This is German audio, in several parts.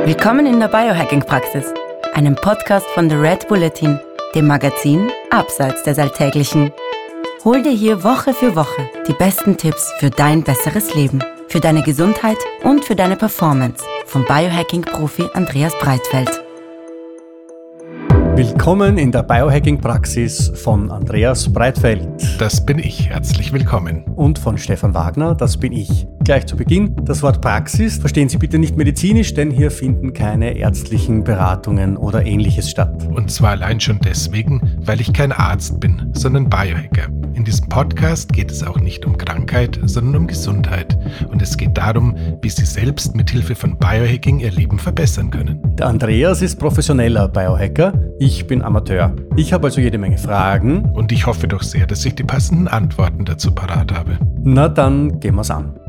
Willkommen in der Biohacking-Praxis, einem Podcast von The Red Bulletin, dem Magazin Abseits des Alltäglichen. Hol dir hier Woche für Woche die besten Tipps für dein besseres Leben, für deine Gesundheit und für deine Performance vom Biohacking-Profi Andreas Breitfeld. Willkommen in der Biohacking-Praxis von Andreas Breitfeld. Das bin ich. Herzlich willkommen. Und von Stefan Wagner, das bin ich. Gleich zu Beginn, das Wort Praxis verstehen Sie bitte nicht medizinisch, denn hier finden keine ärztlichen Beratungen oder Ähnliches statt. Und zwar allein schon deswegen, weil ich kein Arzt bin, sondern Biohacker. In diesem Podcast geht es auch nicht um Krankheit, sondern um Gesundheit. Und es geht darum, wie Sie selbst mit Hilfe von Biohacking Ihr Leben verbessern können. Der Andreas ist professioneller Biohacker, ich bin Amateur. Ich habe also jede Menge Fragen. Und ich hoffe doch sehr, dass ich die passenden Antworten dazu parat habe. Na dann gehen wir's an.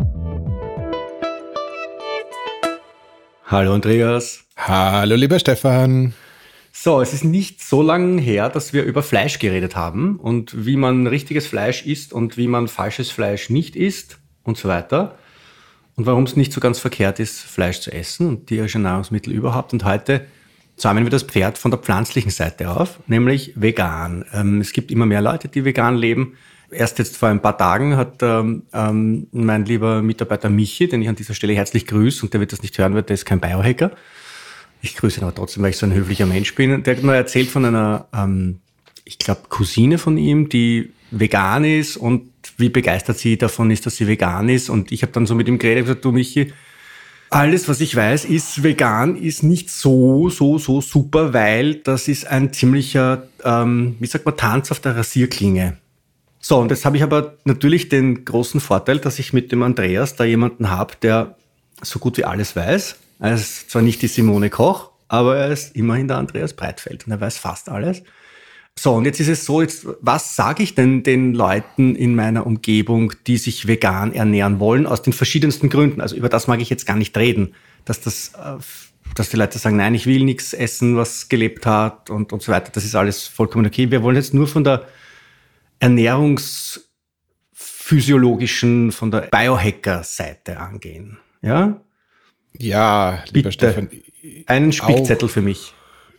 Hallo Andreas. Hallo lieber Stefan. So, es ist nicht so lange her, dass wir über Fleisch geredet haben und wie man richtiges Fleisch isst und wie man falsches Fleisch nicht isst und so weiter. Und warum es nicht so ganz verkehrt ist, Fleisch zu essen und tierische Nahrungsmittel überhaupt. Und heute zäumen wir das Pferd von der pflanzlichen Seite auf, nämlich vegan. Es gibt immer mehr Leute, die vegan leben. Erst jetzt vor ein paar Tagen hat mein lieber Mitarbeiter Michi, den ich an dieser Stelle herzlich grüße, und der wird das nicht hören, weil der ist kein Biohacker. Ich grüße ihn aber trotzdem, weil ich so ein höflicher Mensch bin. Der hat mir erzählt von einer, ich glaube, Cousine von ihm, die vegan ist und wie begeistert sie davon ist, dass sie vegan ist. Und ich habe dann so mit ihm geredet und gesagt, du Michi, alles, was ich weiß, ist, vegan ist nicht so super, weil das ist ein ziemlicher, Tanz auf der Rasierklinge. So, und jetzt habe ich aber natürlich den großen Vorteil, dass ich mit dem Andreas da jemanden habe, der so gut wie alles weiß. Er ist zwar nicht die Simone Koch, aber er ist immerhin der Andreas Breitfeld und er weiß fast alles. So, und jetzt ist es so, was sage ich denn den Leuten in meiner Umgebung, die sich vegan ernähren wollen, aus den verschiedensten Gründen? Also über das mag ich jetzt gar nicht reden, dass die Leute sagen, nein, ich will nichts essen, was gelebt hat und so weiter. Das ist alles vollkommen okay. Wir wollen jetzt nur von der ernährungsphysiologischen, von der Biohacker-Seite angehen. Ja? Ja, lieber Bitte. Stefan. Einen Spickzettel für mich.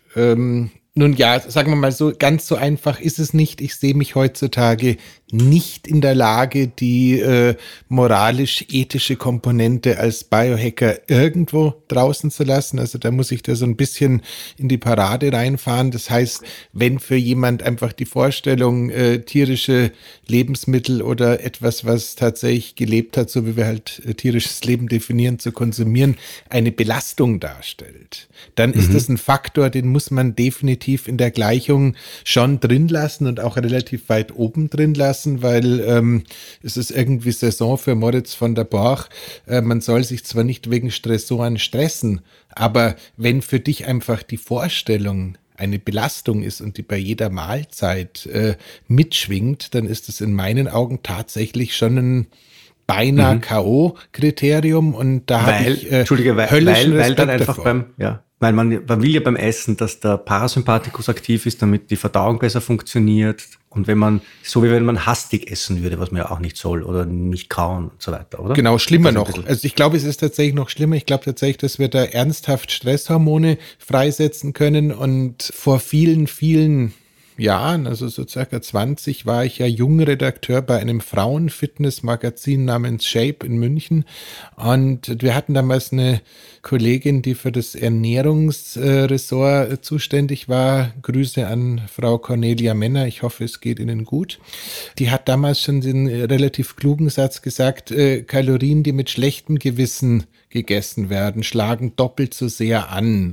Nun ja, sagen wir mal so, ganz so einfach ist es nicht. Ich sehe mich heutzutage nicht in der Lage, die moralisch-ethische Komponente als Biohacker irgendwo draußen zu lassen. Also da muss ich da so ein bisschen in die Parade reinfahren. Das heißt, wenn für jemand einfach die Vorstellung, tierische Lebensmittel oder etwas, was tatsächlich gelebt hat, so wie wir halt tierisches Leben definieren, zu konsumieren, eine Belastung darstellt, dann ist das ein Faktor, den muss man definitiv in der Gleichung schon drin lassen und auch relativ weit oben drin lassen, weil es ist irgendwie Saison für Moritz von der Borch. Man soll sich zwar nicht wegen Stressoren stressen, aber wenn für dich einfach die Vorstellung eine Belastung ist und die bei jeder Mahlzeit mitschwingt, dann ist es in meinen Augen tatsächlich schon ein beinahe K.O.-Kriterium und da habe ich höllischen Respekt dann einfach davor. Weil man will ja beim Essen, dass der Parasympathikus aktiv ist, damit die Verdauung besser funktioniert. Und wenn man hastig essen würde, was man ja auch nicht soll, oder nicht kauen und so weiter, oder? Genau, schlimmer noch. Also ich glaube, es ist tatsächlich noch schlimmer. Ich glaube tatsächlich, dass wir da ernsthaft Stresshormone freisetzen können. Und vor vielen Jahren, also so circa 20, war ich ja Jungredakteur bei einem Frauenfitness-Magazin namens Shape in München. Und wir hatten damals eine Kollegin, die für das Ernährungsressort zuständig war. Grüße an Frau Cornelia Männer. Ich hoffe, es geht Ihnen gut. Die hat damals schon den relativ klugen Satz gesagt, Kalorien, die mit schlechtem Gewissen gegessen werden, schlagen doppelt so sehr an.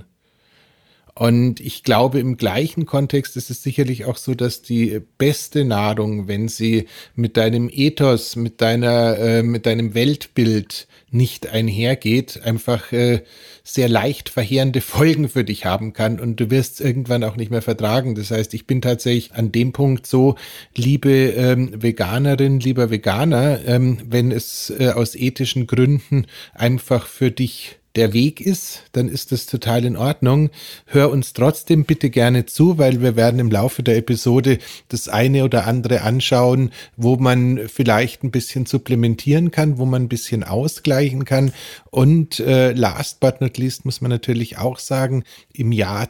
Und ich glaube, im gleichen Kontext ist es sicherlich auch so, dass die beste Nahrung, wenn sie mit deinem Ethos, mit deinem Weltbild nicht einhergeht, einfach sehr leicht verheerende Folgen für dich haben kann und du wirst es irgendwann auch nicht mehr vertragen. Das heißt, ich bin tatsächlich an dem Punkt so, liebe Veganerin, lieber Veganer, wenn es aus ethischen Gründen einfach für dich der Weg ist, dann ist das total in Ordnung. Hör uns trotzdem bitte gerne zu, weil wir werden im Laufe der Episode das eine oder andere anschauen, wo man vielleicht ein bisschen supplementieren kann, wo man ein bisschen ausgleichen kann. Und last but not least muss man natürlich auch sagen, im Jahr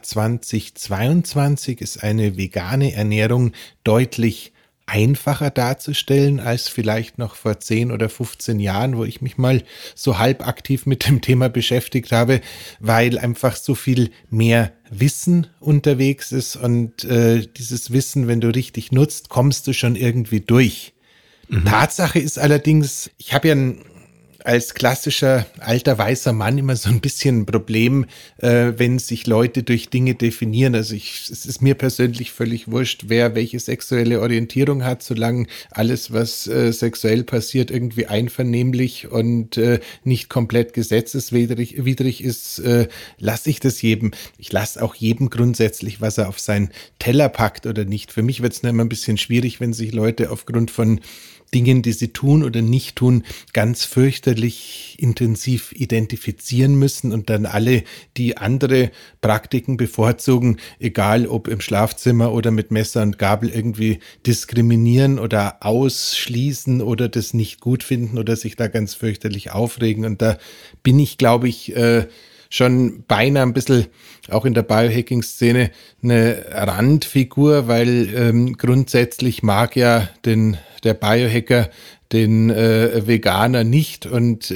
2022 ist eine vegane Ernährung deutlich einfacher darzustellen als vielleicht noch vor 10 oder 15 Jahren, wo ich mich mal so halb aktiv mit dem Thema beschäftigt habe, weil einfach so viel mehr Wissen unterwegs ist und dieses Wissen, wenn du richtig nutzt, kommst du schon irgendwie durch. Tatsache ist allerdings, ich habe ja als klassischer alter weißer Mann immer so ein bisschen ein Problem, wenn sich Leute durch Dinge definieren. Also es ist mir persönlich völlig wurscht, wer welche sexuelle Orientierung hat, solange alles, was sexuell passiert, irgendwie einvernehmlich und nicht komplett gesetzeswidrig ist, lasse ich das jedem. Ich lasse auch jedem grundsätzlich, was er auf seinen Teller packt oder nicht. Für mich wird es immer ein bisschen schwierig, wenn sich Leute aufgrund von Dingen, die sie tun oder nicht tun, ganz fürchterlich intensiv identifizieren müssen und dann alle, die andere Praktiken bevorzugen, egal ob im Schlafzimmer oder mit Messer und Gabel, irgendwie diskriminieren oder ausschließen oder das nicht gut finden oder sich da ganz fürchterlich aufregen. Und da bin ich, glaube ich, schon beinahe ein bisschen auch in der Biohacking-Szene eine Randfigur, weil grundsätzlich mag ja der Biohacker den Veganer nicht und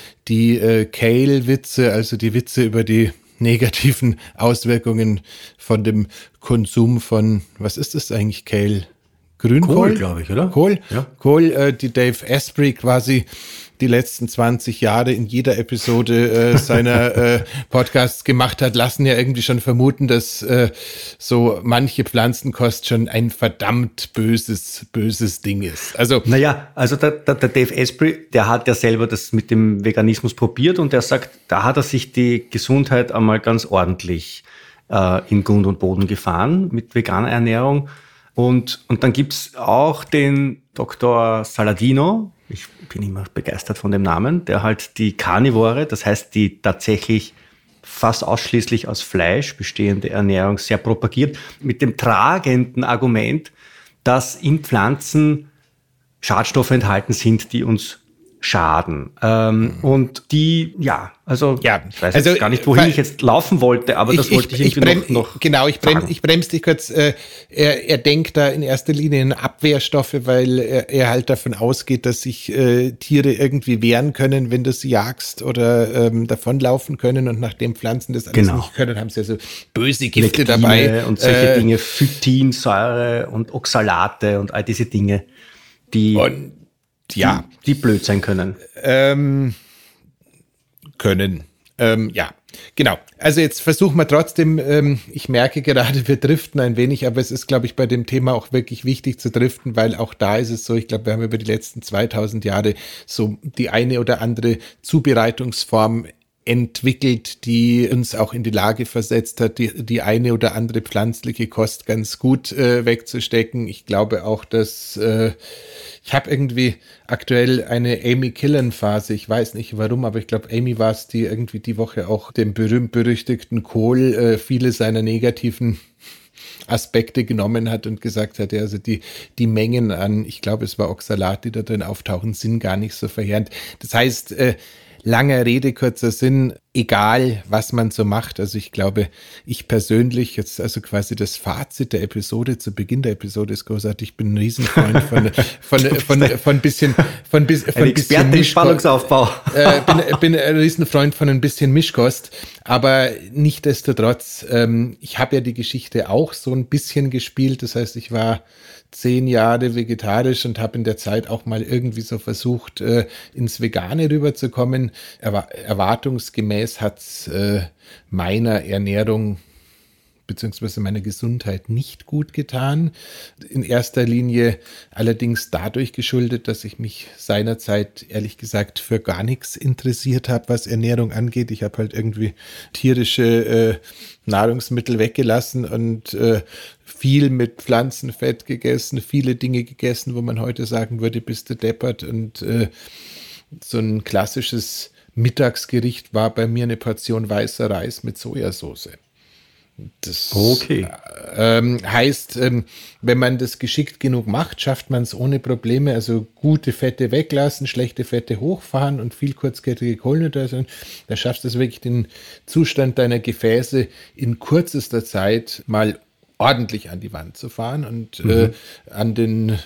die Kale-Witze, also die Witze über die negativen Auswirkungen von dem Konsum von, was ist das eigentlich, Kale? Grünkohl? Kohl, glaube ich, oder? Kohl, ja. Kohl, die Dave Asprey quasi die letzten 20 Jahre in jeder Episode seiner Podcasts gemacht hat, lassen ja irgendwie schon vermuten, dass so manche Pflanzenkost schon ein verdammt böses Ding ist. Also Naja, also der Dave Asprey, der hat ja selber das mit dem Veganismus probiert und der sagt, da hat er sich die Gesundheit einmal ganz ordentlich in Grund und Boden gefahren mit veganer Ernährung. Und dann gibt's auch den Dr. Saladino, ich bin immer begeistert von dem Namen, der halt die Karnivore, das heißt die tatsächlich fast ausschließlich aus Fleisch bestehende Ernährung sehr propagiert, mit dem tragenden Argument, dass in Pflanzen Schadstoffe enthalten sind, die uns schaden. Und die, ja, also ich weiß jetzt gar nicht, wohin ich jetzt laufen wollte, aber das wollte ich irgendwie noch Genau, ich bremse dich kurz. Er denkt da in erster Linie in Abwehrstoffe, weil er halt davon ausgeht, dass sich Tiere irgendwie wehren können, wenn du sie jagst oder davonlaufen können, und nachdem Pflanzen das alles nicht können, haben sie ja so böse Gifte Lektine dabei. Und solche Dinge, Phytinsäure und Oxalate und all diese Dinge, die blöd sein können. Ja, genau. Also jetzt versuchen wir trotzdem, ich merke gerade, wir driften ein wenig, aber es ist, glaube ich, bei dem Thema auch wirklich wichtig zu driften, weil auch da ist es so, ich glaube, wir haben über die letzten 2000 Jahre so die eine oder andere Zubereitungsform entwickelt, die uns auch in die Lage versetzt hat, die eine oder andere pflanzliche Kost ganz gut wegzustecken. Ich glaube auch, dass ich habe irgendwie aktuell eine Amy Killen-Phase. Ich weiß nicht warum, aber ich glaube, Amy war es, die irgendwie die Woche auch dem berühmt-berüchtigten Kohl viele seiner negativen Aspekte genommen hat und gesagt hat, ja, also die Mengen an, ich glaube, es war Oxalat, die da drin auftauchen, sind gar nicht so verheerend. Das heißt, lange Rede, kurzer Sinn, egal was man so macht. Also ich glaube, ich persönlich, jetzt also quasi das Fazit der Episode, zu Beginn der Episode ist großartig, ich bin ein Riesenfreund von bisschen Spannungsaufbau. Bin ein Riesenfreund von ein bisschen Mischkost, aber nichtsdestotrotz, ich habe ja die Geschichte auch so ein bisschen gespielt, das heißt, ich war 10 Jahre vegetarisch und habe in der Zeit auch mal irgendwie so versucht, ins Vegane rüberzukommen. Erwartungsgemäß hat's meiner Ernährung beziehungsweise meiner Gesundheit nicht gut getan. In erster Linie allerdings dadurch geschuldet, dass ich mich seinerzeit ehrlich gesagt für gar nichts interessiert habe, was Ernährung angeht. Ich habe halt irgendwie tierische Nahrungsmittel weggelassen und viel mit Pflanzenfett gegessen, viele Dinge gegessen, wo man heute sagen würde, bist du deppert, und so ein klassisches Mittagsgericht war bei mir eine Portion weißer Reis mit Sojasauce. Das heißt, wenn man das geschickt genug macht, schafft man es ohne Probleme. Also gute Fette weglassen, schlechte Fette hochfahren und viel kurzkettige Kohlenhydrate. Da schaffst du es wirklich, den Zustand deiner Gefäße in kürzester Zeit mal ordentlich an die Wand zu fahren und an den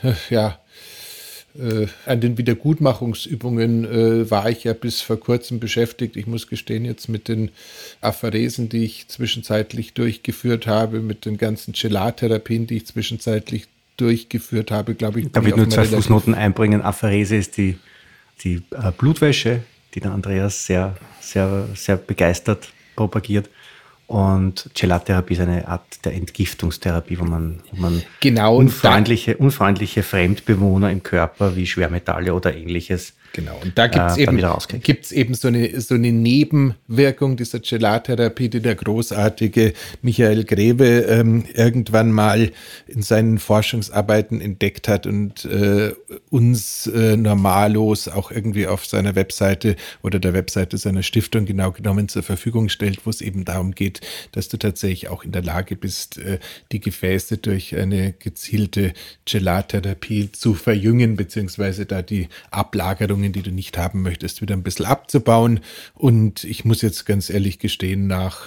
Wiedergutmachungsübungen war ich ja bis vor kurzem beschäftigt. Ich muss gestehen, jetzt mit den Apharesen, die ich zwischenzeitlich durchgeführt habe, mit den ganzen Chelartherapien, die ich zwischenzeitlich durchgeführt habe, glaube ich. Da will ich nur 2 Fußnoten einbringen. Apharese ist die Blutwäsche, die der Andreas sehr, sehr, sehr begeistert propagiert. Und Chelartherapie ist eine Art der Entgiftungstherapie, wo man genau, unfreundliche Fremdbewohner im Körper wie Schwermetalle oder Ähnliches. Genau, und da gibt's eben so eine Nebenwirkung dieser Chelartherapie, die der großartige Michael Greve irgendwann mal in seinen Forschungsarbeiten entdeckt hat und uns normalos auch irgendwie auf seiner Webseite oder der Webseite seiner Stiftung genau genommen zur Verfügung stellt, wo es eben darum geht, dass du tatsächlich auch in der Lage bist, die Gefäße durch eine gezielte Chelartherapie zu verjüngen, beziehungsweise da die Ablagerung, die du nicht haben möchtest, wieder ein bisschen abzubauen. Und ich muss jetzt ganz ehrlich gestehen, nach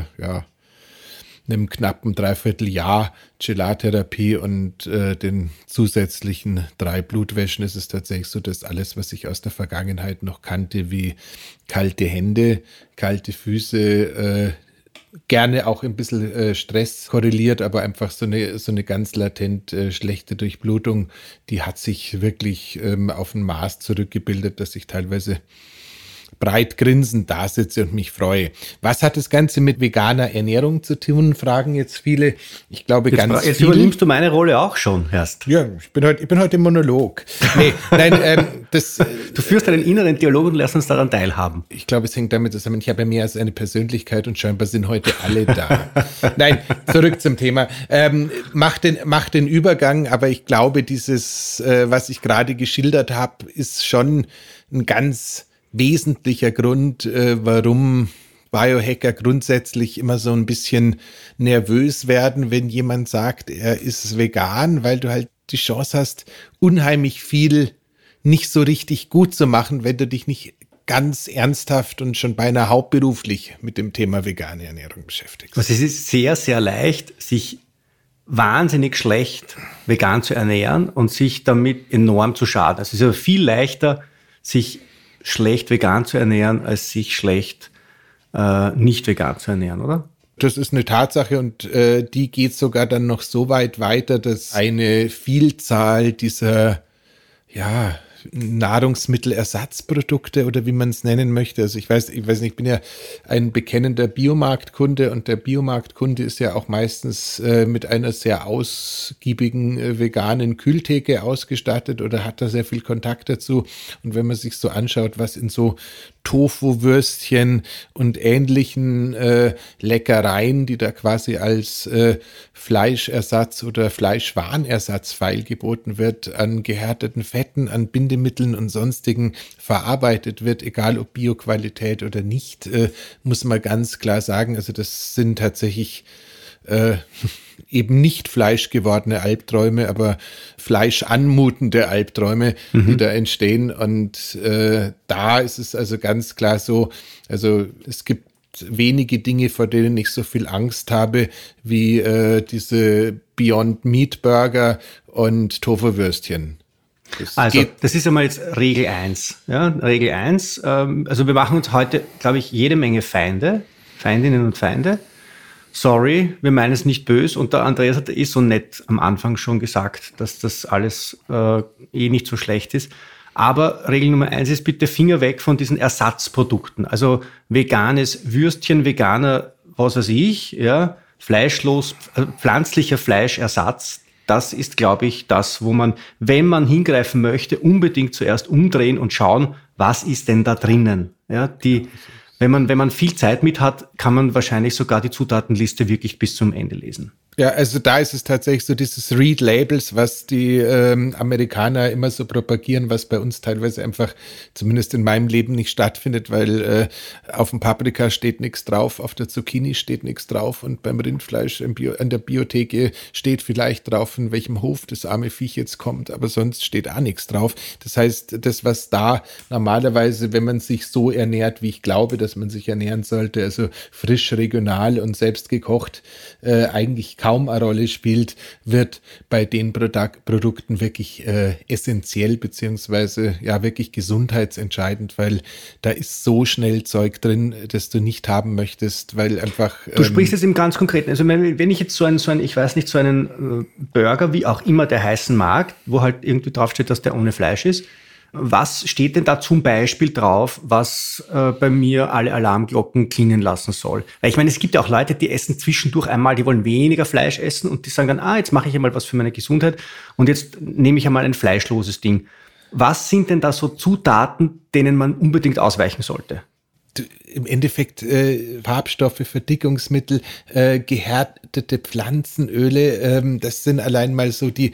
einem knappen Dreivierteljahr Chelartherapie und den zusätzlichen 3 Blutwäschen ist es tatsächlich so, dass alles, was ich aus der Vergangenheit noch kannte, wie kalte Hände, kalte Füße, gerne auch ein bisschen Stress korreliert, aber einfach so eine ganz latent schlechte Durchblutung, die hat sich wirklich auf ein Maß zurückgebildet, dass ich teilweise breit grinsend da sitze und mich freue. Was hat das Ganze mit veganer Ernährung zu tun, fragen jetzt viele. Ich glaube jetzt übernimmst du meine Rolle auch schon erst. Ja, ich bin heute im Monolog. Du führst einen inneren Dialog und lässt uns daran teilhaben. Ich glaube, es hängt damit zusammen, ich habe ja mehr als eine Persönlichkeit und scheinbar sind heute alle da. Nein, zurück zum Thema. Mach den Übergang, aber ich glaube, dieses, was ich gerade geschildert habe, ist schon ein ganz wesentlicher Grund, warum Biohacker grundsätzlich immer so ein bisschen nervös werden, wenn jemand sagt, er ist vegan, weil du halt die Chance hast, unheimlich viel nicht so richtig gut zu machen, wenn du dich nicht ganz ernsthaft und schon beinahe hauptberuflich mit dem Thema vegane Ernährung beschäftigst. Also es ist sehr, sehr leicht, sich wahnsinnig schlecht vegan zu ernähren und sich damit enorm zu schaden. Also es ist aber viel leichter, sich schlecht vegan zu ernähren, als sich schlecht nicht vegan zu ernähren, oder? Das ist eine Tatsache und die geht sogar dann noch so weit weiter, dass eine Vielzahl dieser Nahrungsmittelersatzprodukte oder wie man es nennen möchte. Also ich weiß nicht, ich bin ja ein bekennender Biomarktkunde und der Biomarktkunde ist ja auch meistens mit einer sehr ausgiebigen veganen Kühltheke ausgestattet oder hat da sehr viel Kontakt dazu. Und wenn man sich so anschaut, was in so Tofu-Würstchen und ähnlichen Leckereien, die da quasi als Fleischersatz oder Fleischwarenersatz feilgeboten wird, an gehärteten Fetten, an Bindemitteln und sonstigen verarbeitet wird, egal ob Bioqualität oder nicht, muss man ganz klar sagen, also das sind tatsächlich eben nicht fleischgewordene Albträume, aber fleischanmutende Albträume, die da entstehen. Und da ist es also ganz klar so, also es gibt wenige Dinge, vor denen ich so viel Angst habe, wie diese Beyond Meat Burger und Tofu-Würstchen. Das ist einmal jetzt Regel 1. Ja, Regel 1, also wir machen uns heute, glaube ich, jede Menge Feindinnen und Feinde. Sorry, wir meinen es nicht böse. Und der Andreas hat so nett am Anfang schon gesagt, dass das alles nicht so schlecht ist. Aber Regel Nummer 1 ist bitte Finger weg von diesen Ersatzprodukten. Also veganes Würstchen, veganer, was weiß ich, ja, fleischlos, pflanzlicher Fleischersatz. Das ist, glaube ich, das, wo man, wenn man hingreifen möchte, unbedingt zuerst umdrehen und schauen, was ist denn da drinnen. Ja, wenn man viel Zeit mit hat, kann man wahrscheinlich sogar die Zutatenliste wirklich bis zum Ende lesen. Ja, also da ist es tatsächlich so dieses Read Labels, was die Amerikaner immer so propagieren, was bei uns teilweise einfach, zumindest in meinem Leben, nicht stattfindet, weil auf dem Paprika steht nichts drauf, auf der Zucchini steht nichts drauf und beim Rindfleisch an der Biotheke steht vielleicht drauf, von welchem Hof das arme Viech jetzt kommt, aber sonst steht auch nichts drauf. Das heißt, das, was da normalerweise, wenn man sich so ernährt, wie ich glaube, dass man sich ernähren sollte, also frisch, regional und selbst gekocht, eigentlich kaum eine Rolle spielt, wird bei den Produkten wirklich essentiell beziehungsweise ja wirklich gesundheitsentscheidend, weil da ist so schnell Zeug drin, das du nicht haben möchtest, weil einfach... Du sprichst jetzt im ganz Konkreten, also wenn ich jetzt so einen Burger, wie auch immer der heißen mag, wo halt irgendwie draufsteht, dass der ohne Fleisch ist, was steht denn da zum Beispiel drauf, was bei mir alle Alarmglocken klingen lassen soll? Weil ich meine, es gibt ja auch Leute, die essen zwischendurch einmal, die wollen weniger Fleisch essen und die sagen dann, jetzt mache ich einmal was für meine Gesundheit und jetzt nehme ich einmal ein fleischloses Ding. Was sind denn da so Zutaten, denen man unbedingt ausweichen sollte? Im Endeffekt Farbstoffe, Verdickungsmittel, gehärtete Pflanzenöle, das sind allein mal so die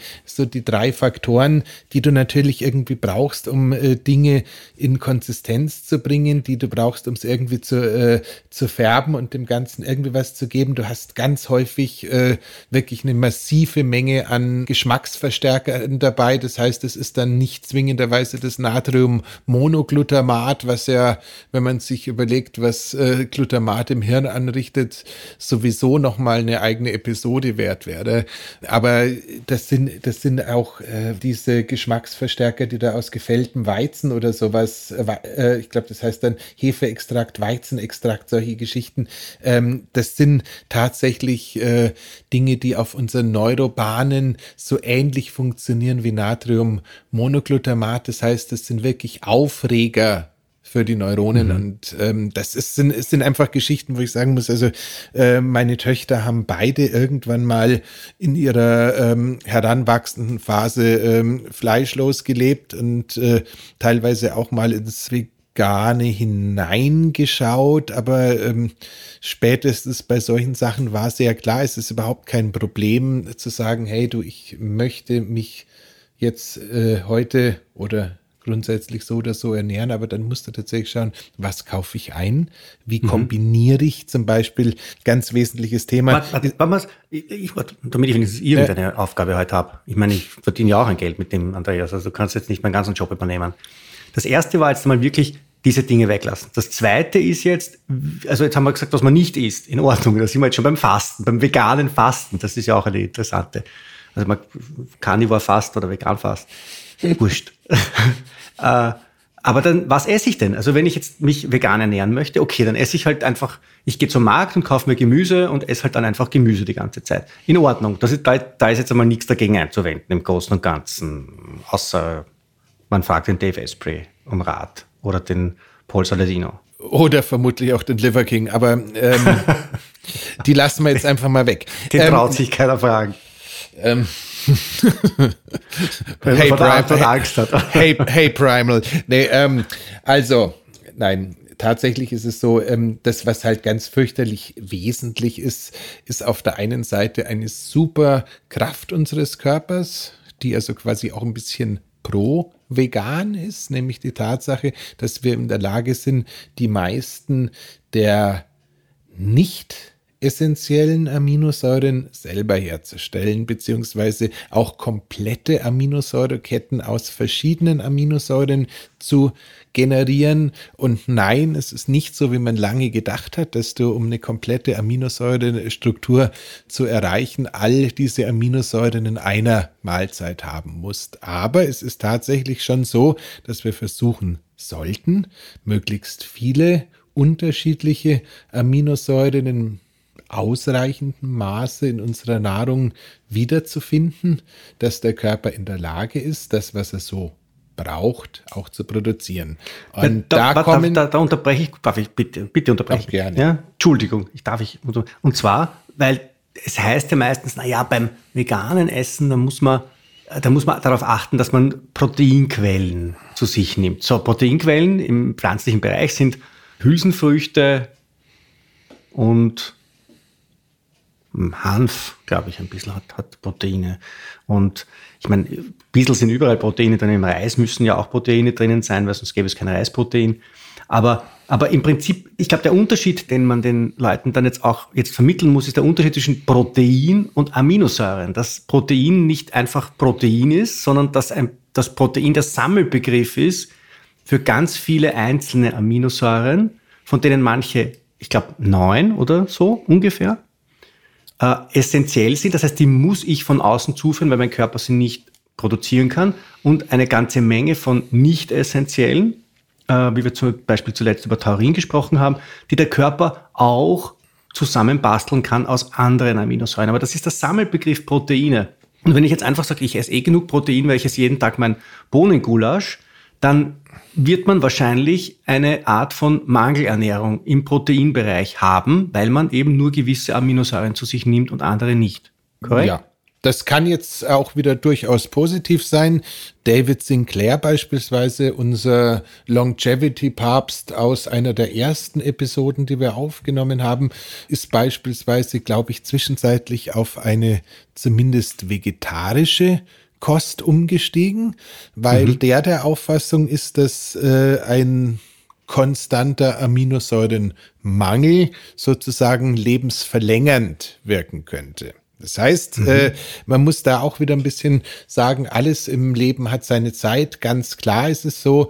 3 Faktoren, die du natürlich irgendwie brauchst, um Dinge in Konsistenz zu bringen, die du brauchst, um es irgendwie zu färben und dem Ganzen irgendwie was zu geben. Du hast ganz häufig wirklich eine massive Menge an Geschmacksverstärkern dabei. Das heißt, es ist dann nicht zwingenderweise das Natriummonoglutamat, was ja, wenn man sich überlegt, was Glutamat im Hirn anrichtet, sowieso nochmal eine eigene Episode wert wäre. Aber das sind auch diese Geschmacksverstärker, die da aus gefälltem Weizen oder sowas, ich glaube, das heißt dann Hefeextrakt, Weizenextrakt, solche Geschichten. Das sind tatsächlich Dinge, die auf unseren Neurobahnen so ähnlich funktionieren wie Natriummonoglutamat. Das heißt, das sind wirklich Aufreger für die Neuronen und es sind einfach Geschichten, wo ich sagen muss, also meine Töchter haben beide irgendwann mal in ihrer heranwachsenden Phase fleischlos gelebt und teilweise auch mal ins Vegane hineingeschaut, aber spätestens bei solchen Sachen war sehr klar, es ist überhaupt kein Problem zu sagen, hey du, ich möchte mich jetzt heute oder grundsätzlich so oder so ernähren, aber dann musst du tatsächlich schauen, was kaufe ich ein, wie kombiniere ich zum Beispiel, ganz wesentliches Thema. Damit ich wenigstens irgendeine Aufgabe heute habe. Ich meine, ich verdiene ja auch ein Geld mit dem, Andreas, also du kannst jetzt nicht meinen ganzen Job übernehmen. Das erste war jetzt mal wirklich diese Dinge weglassen. Das zweite ist jetzt, also jetzt haben wir gesagt, was man nicht isst, in Ordnung, da sind wir jetzt schon beim Fasten, beim veganen Fasten, das ist ja auch eine interessante, also man Carnivore Fast oder Vegan Fast. Wurscht. Aber dann, was esse ich denn? Also wenn ich jetzt mich vegan ernähren möchte, okay, dann esse ich halt einfach, ich gehe zum Markt und kaufe mir Gemüse und esse halt dann einfach Gemüse die ganze Zeit. In Ordnung. Da ist jetzt einmal nichts dagegen einzuwenden im Großen und Ganzen. Außer man fragt den Dave Asprey um Rat oder den Paul Saladino. Oder vermutlich auch den Liver King, aber die lassen wir jetzt einfach mal weg. Den traut sich keiner fragen. Hey, Angst hat. Hey, Primal. Nee, nein, tatsächlich ist es so, das, was halt ganz fürchterlich wesentlich ist auf der einen Seite eine super Kraft unseres Körpers, die also quasi auch ein bisschen pro-vegan ist, nämlich die Tatsache, dass wir in der Lage sind, die meisten der nicht essentiellen Aminosäuren selber herzustellen, beziehungsweise auch komplette Aminosäureketten aus verschiedenen Aminosäuren zu generieren. Und nein, es ist nicht so, wie man lange gedacht hat, dass du, um eine komplette Aminosäurenstruktur zu erreichen, all diese Aminosäuren in einer Mahlzeit haben musst. Aber es ist tatsächlich schon so, dass wir versuchen sollten, möglichst viele unterschiedliche Aminosäuren in ausreichendem Maße in unserer Nahrung wiederzufinden, dass der Körper in der Lage ist, das, was er so braucht, auch zu produzieren. Und da unterbreche ich, darf ich bitte unterbrechen? Gerne. Ja? Entschuldigung, und zwar, weil es heißt ja meistens, beim veganen Essen, da muss man darauf achten, dass man Proteinquellen zu sich nimmt. So, Proteinquellen im pflanzlichen Bereich sind Hülsenfrüchte und Hanf, glaube ich, ein bisschen hat Proteine. Und ich meine, ein bisschen sind überall Proteine drin. Im Reis müssen ja auch Proteine drinnen sein, weil sonst gäbe es kein Reisprotein. Aber im Prinzip, ich glaube, der Unterschied, den man den Leuten dann jetzt vermitteln muss, ist der Unterschied zwischen Protein und Aminosäuren. Dass Protein nicht einfach Protein ist, sondern dass das Protein der Sammelbegriff ist für ganz viele einzelne Aminosäuren, von denen manche, ich glaube 9 oder so ungefähr, essentiell sind. Das heißt, die muss ich von außen zuführen, weil mein Körper sie nicht produzieren kann. Und eine ganze Menge von nicht essentiellen, wie wir zum Beispiel zuletzt über Taurin gesprochen haben, die der Körper auch zusammenbasteln kann aus anderen Aminosäuren. Aber das ist der Sammelbegriff Proteine. Und wenn ich jetzt einfach sage, ich esse genug Protein, weil ich esse jeden Tag mein Bohnengulasch, dann wird man wahrscheinlich eine Art von Mangelernährung im Proteinbereich haben, weil man eben nur gewisse Aminosäuren zu sich nimmt und andere nicht. Korrekt? Ja. Das kann jetzt auch wieder durchaus positiv sein. David Sinclair beispielsweise, unser Longevity-Papst aus einer der ersten Episoden, die wir aufgenommen haben, ist beispielsweise, glaube ich, zwischenzeitlich auf eine zumindest vegetarische Kost umgestiegen, weil der Auffassung ist, dass ein konstanter Aminosäurenmangel sozusagen lebensverlängernd wirken könnte. Das heißt, man muss da auch wieder ein bisschen sagen, alles im Leben hat seine Zeit. Ganz klar ist es so,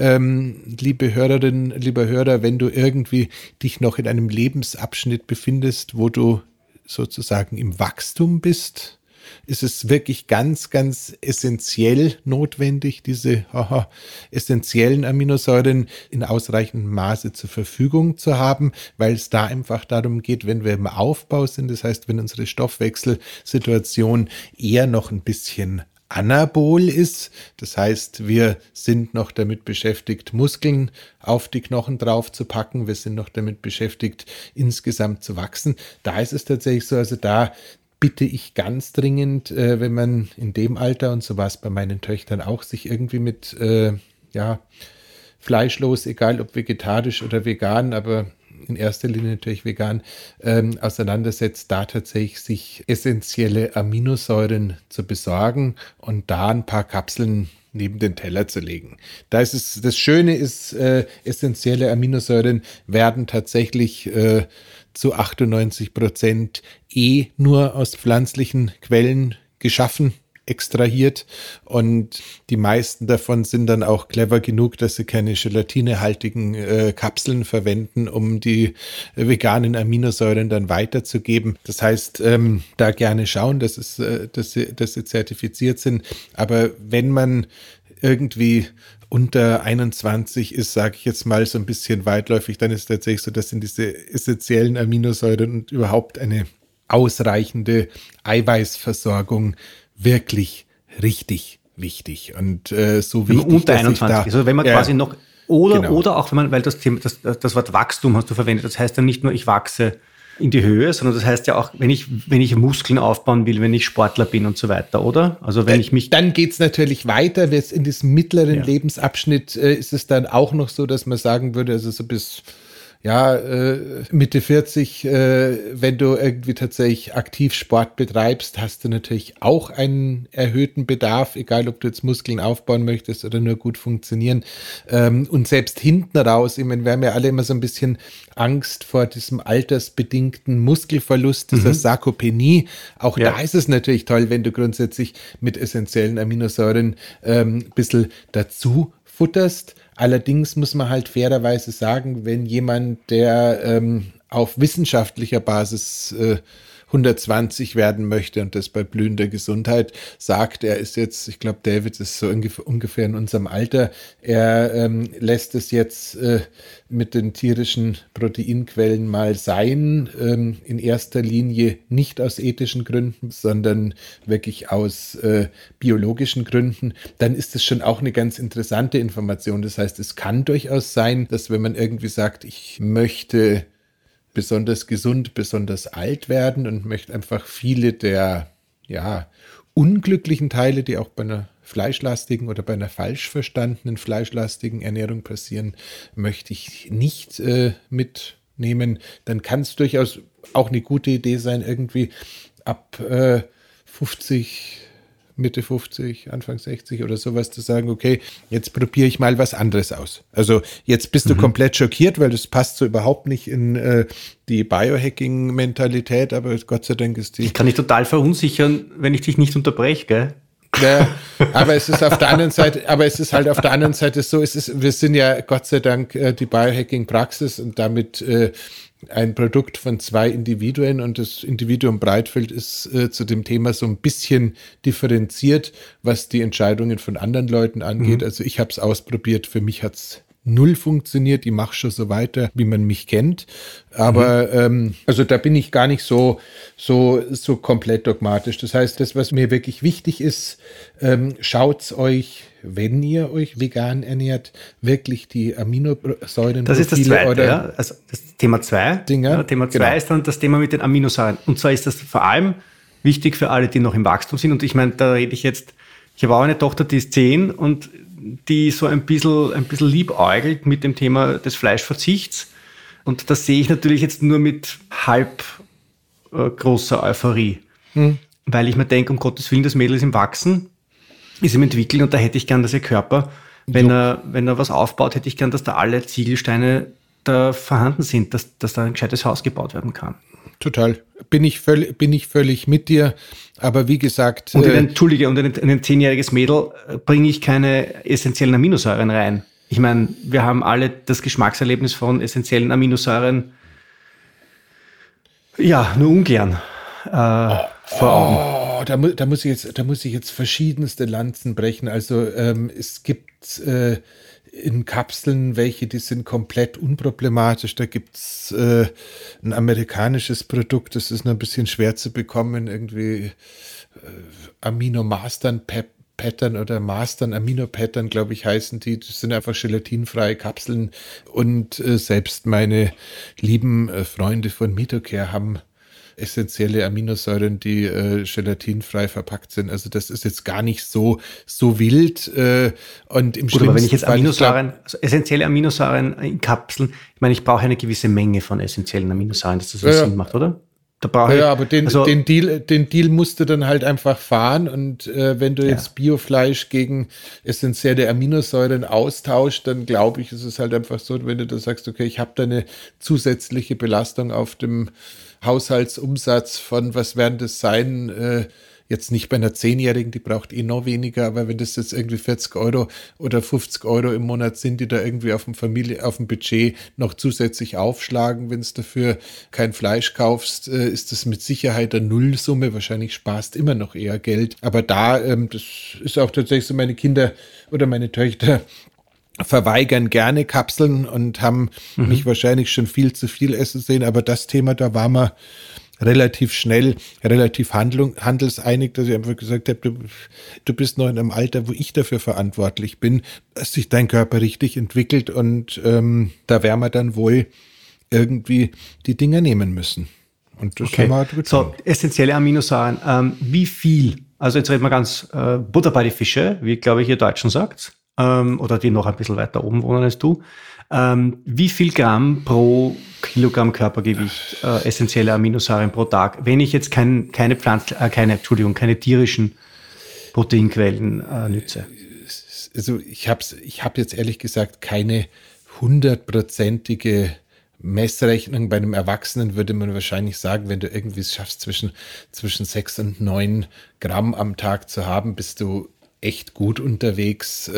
liebe Hörerinnen, lieber Hörer, wenn du irgendwie dich noch in einem Lebensabschnitt befindest, wo du sozusagen im Wachstum bist, ist es wirklich ganz, ganz essentiell notwendig, diese essentiellen Aminosäuren in ausreichendem Maße zur Verfügung zu haben, weil es da einfach darum geht, wenn wir im Aufbau sind, das heißt, wenn unsere Stoffwechselsituation eher noch ein bisschen anabol ist, das heißt, wir sind noch damit beschäftigt, Muskeln auf die Knochen drauf zu packen, wir sind noch damit beschäftigt, insgesamt zu wachsen. Da ist es tatsächlich so, also da bitte ich ganz dringend, wenn man in dem Alter, und so war es bei meinen Töchtern auch, sich irgendwie mit fleischlos, egal ob vegetarisch oder vegan, aber in erster Linie natürlich vegan, auseinandersetzt, da tatsächlich sich essentielle Aminosäuren zu besorgen und da ein paar Kapseln neben den Teller zu legen. Da ist es, das Schöne ist, essentielle Aminosäuren werden tatsächlich zu 98% nur aus pflanzlichen Quellen geschaffen, extrahiert, und die meisten davon sind dann auch clever genug, dass sie keine gelatinehaltigen Kapseln verwenden, um die veganen Aminosäuren dann weiterzugeben. Das heißt, da gerne schauen, dass sie zertifiziert sind. Aber wenn man irgendwie unter 21 ist, sage ich jetzt mal so ein bisschen weitläufig, dann ist es tatsächlich so, dass sind diese essentiellen Aminosäuren und überhaupt eine ausreichende Eiweißversorgung wirklich richtig wichtig. Und so wichtig, unter 21, also wenn man quasi noch, oder auch wenn man, weil das Wort Wachstum hast du verwendet, das heißt ja nicht nur, ich wachse in die Höhe, sondern das heißt ja auch, wenn ich Muskeln aufbauen will, wenn ich Sportler bin und so weiter, oder? Also wenn ich mich... Dann geht's natürlich weiter. Jetzt in diesem mittleren Lebensabschnitt ist es dann auch noch so, dass man sagen würde, also so bis Mitte 40, wenn du irgendwie tatsächlich aktiv Sport betreibst, hast du natürlich auch einen erhöhten Bedarf, egal ob du jetzt Muskeln aufbauen möchtest oder nur gut funktionieren. Und selbst hinten raus, ich meine, wir haben ja alle immer so ein bisschen Angst vor diesem altersbedingten Muskelverlust, dieser Sarkopenie. Auch da ist es natürlich toll, wenn du grundsätzlich mit essentiellen Aminosäuren ein bisschen dazu futterst. Allerdings muss man halt fairerweise sagen, wenn jemand, der auf wissenschaftlicher Basis 120 werden möchte und das bei blühender Gesundheit sagt, er ist jetzt, ich glaube, David ist so ungefähr in unserem Alter, er lässt es jetzt mit den tierischen Proteinquellen mal sein, in erster Linie nicht aus ethischen Gründen, sondern wirklich aus biologischen Gründen, dann ist das schon auch eine ganz interessante Information. Das heißt, es kann durchaus sein, dass wenn man irgendwie sagt, ich möchte besonders gesund, besonders alt werden und möchte einfach viele der unglücklichen Teile, die auch bei einer fleischlastigen oder bei einer falsch verstandenen fleischlastigen Ernährung passieren, möchte ich nicht mit nehmen, dann kann es durchaus auch eine gute Idee sein, irgendwie ab 50, Mitte 50, Anfang 60 oder sowas zu sagen, okay, jetzt probiere ich mal was anderes aus. Also jetzt bist du komplett schockiert, weil das passt so überhaupt nicht in die Biohacking-Mentalität, aber Gott sei Dank ist die... Ich kann dich total verunsichern, wenn ich dich nicht unterbreche, gell? Ja, aber es ist auf der anderen Seite, so, wir sind ja Gott sei Dank die Biohacking-Praxis und damit ein Produkt von 2 Individuen und das Individuum Breitfeld ist zu dem Thema so ein bisschen differenziert, was die Entscheidungen von anderen Leuten angeht. Also ich habe es ausprobiert, für mich hat es 0 funktioniert, ich mache schon so weiter, wie man mich kennt, aber also da bin ich gar nicht so komplett dogmatisch. Das heißt, das, was mir wirklich wichtig ist, schaut's euch, wenn ihr euch vegan ernährt, wirklich die Aminosäuren. Das ist das Zweite, oder? Ja? Also das Thema 2. Ja, Thema 2 ist dann das Thema mit den Aminosäuren. Und zwar ist das vor allem wichtig für alle, die noch im Wachstum sind. Und ich meine, da rede ich jetzt, ich habe auch eine Tochter, die ist 10 und die so ein bisschen liebäugelt mit dem Thema des Fleischverzichts. Und das sehe ich natürlich jetzt nur mit halb großer Euphorie. Weil ich mir denke, um Gottes Willen, das Mädel ist im Wachsen, ist im Entwickeln und da hätte ich gern, dass ihr Körper, wenn er was aufbaut, hätte ich gern, dass da alle Ziegelsteine da vorhanden sind, dass da ein gescheites Haus gebaut werden kann. Total. Bin ich völlig mit dir. Aber wie gesagt... Und in ein 10-jähriges Mädel bringe ich keine essentiellen Aminosäuren rein. Ich meine, wir haben alle das Geschmackserlebnis von essentiellen Aminosäuren ja nur ungern vor Augen. Da muss ich jetzt verschiedenste Lanzen brechen. Also es gibt in Kapseln welche, die sind komplett unproblematisch. Da gibt's ein amerikanisches Produkt, das ist noch ein bisschen schwer zu bekommen, irgendwie Amino-Mastern-Pattern oder Mastern-Amino-Pattern, glaube ich, heißen die. Das sind einfach gelatinfreie Kapseln. Und selbst meine lieben Freunde von Mitocare haben essentielle Aminosäuren, die gelatinfrei verpackt sind. Also das ist jetzt gar nicht so wild. Und im Gut, aber wenn ich jetzt essentielle Aminosäuren in Kapseln, ich meine, ich brauche eine gewisse Menge von essentiellen Aminosäuren, dass das Sinn macht, oder? Da brauche ich, aber den Deal musst du dann halt einfach fahren und wenn du jetzt Biofleisch gegen essentielle Aminosäuren austauscht, dann glaube ich, ist es halt einfach so, wenn du da sagst, okay, ich habe da eine zusätzliche Belastung auf dem Haushaltsumsatz von, was werden das sein, jetzt nicht bei einer 10-Jährigen, die braucht noch weniger, aber wenn das jetzt irgendwie 40 € oder 50 € im Monat sind, die da irgendwie auf dem Budget noch zusätzlich aufschlagen, wenn du dafür kein Fleisch kaufst, ist das mit Sicherheit eine Nullsumme, wahrscheinlich sparst immer noch eher Geld, aber da, das ist auch tatsächlich so, meine Kinder oder meine Töchter verweigern gerne Kapseln und haben mich wahrscheinlich schon viel zu viel essen sehen, aber das Thema, da war man relativ schnell, relativ handelseinig, dass ich einfach gesagt habe, du bist noch in einem Alter, wo ich dafür verantwortlich bin, dass sich dein Körper richtig entwickelt und da werden wir dann wohl irgendwie die Dinger nehmen müssen. Und das haben wir halt getan. So, essentielle Aminosäuren, wie viel? Also jetzt reden wir ganz Butter bei die Fische, wie glaube ich ihr Deutschen sagt, oder die noch ein bisschen weiter oben wohnen als du. Wie viel Gramm pro Kilogramm Körpergewicht essentielle Aminosäuren pro Tag, wenn ich jetzt keine tierischen Proteinquellen nütze? Also ich habe jetzt ehrlich gesagt keine 100%ige Messrechnung. Bei einem Erwachsenen würde man wahrscheinlich sagen, wenn du irgendwie es schaffst, zwischen 6 und 9 Gramm am Tag zu haben, bist du echt gut unterwegs.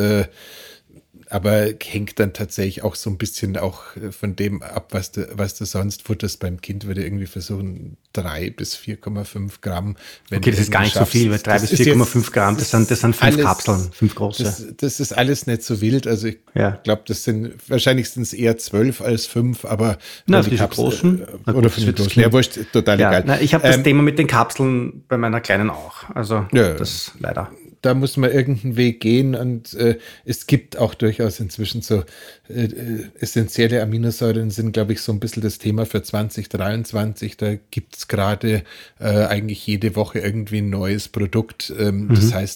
Aber hängt dann tatsächlich auch so ein bisschen auch von dem ab, was du sonst futterst. Beim Kind würde irgendwie versuchen 3 bis 4,5 Gramm. Okay, das ist gar nicht so viel, weil 3 bis 4,5 Gramm, das sind 5 alles, Kapseln, 5 große. Das ist alles nicht so wild. Also ich glaube, wahrscheinlich sind es eher 12 als 5, aber na, für die großen. Oder für die großen. Ja, wurscht, total egal. Na, ich habe das Thema mit den Kapseln bei meiner Kleinen auch. Also das leider. Da muss man irgendeinen Weg gehen und es gibt auch durchaus inzwischen so essentielle Aminosäuren sind, glaube ich, so ein bisschen das Thema für 2023. Da gibt es gerade eigentlich jede Woche irgendwie ein neues Produkt. Das heißt, da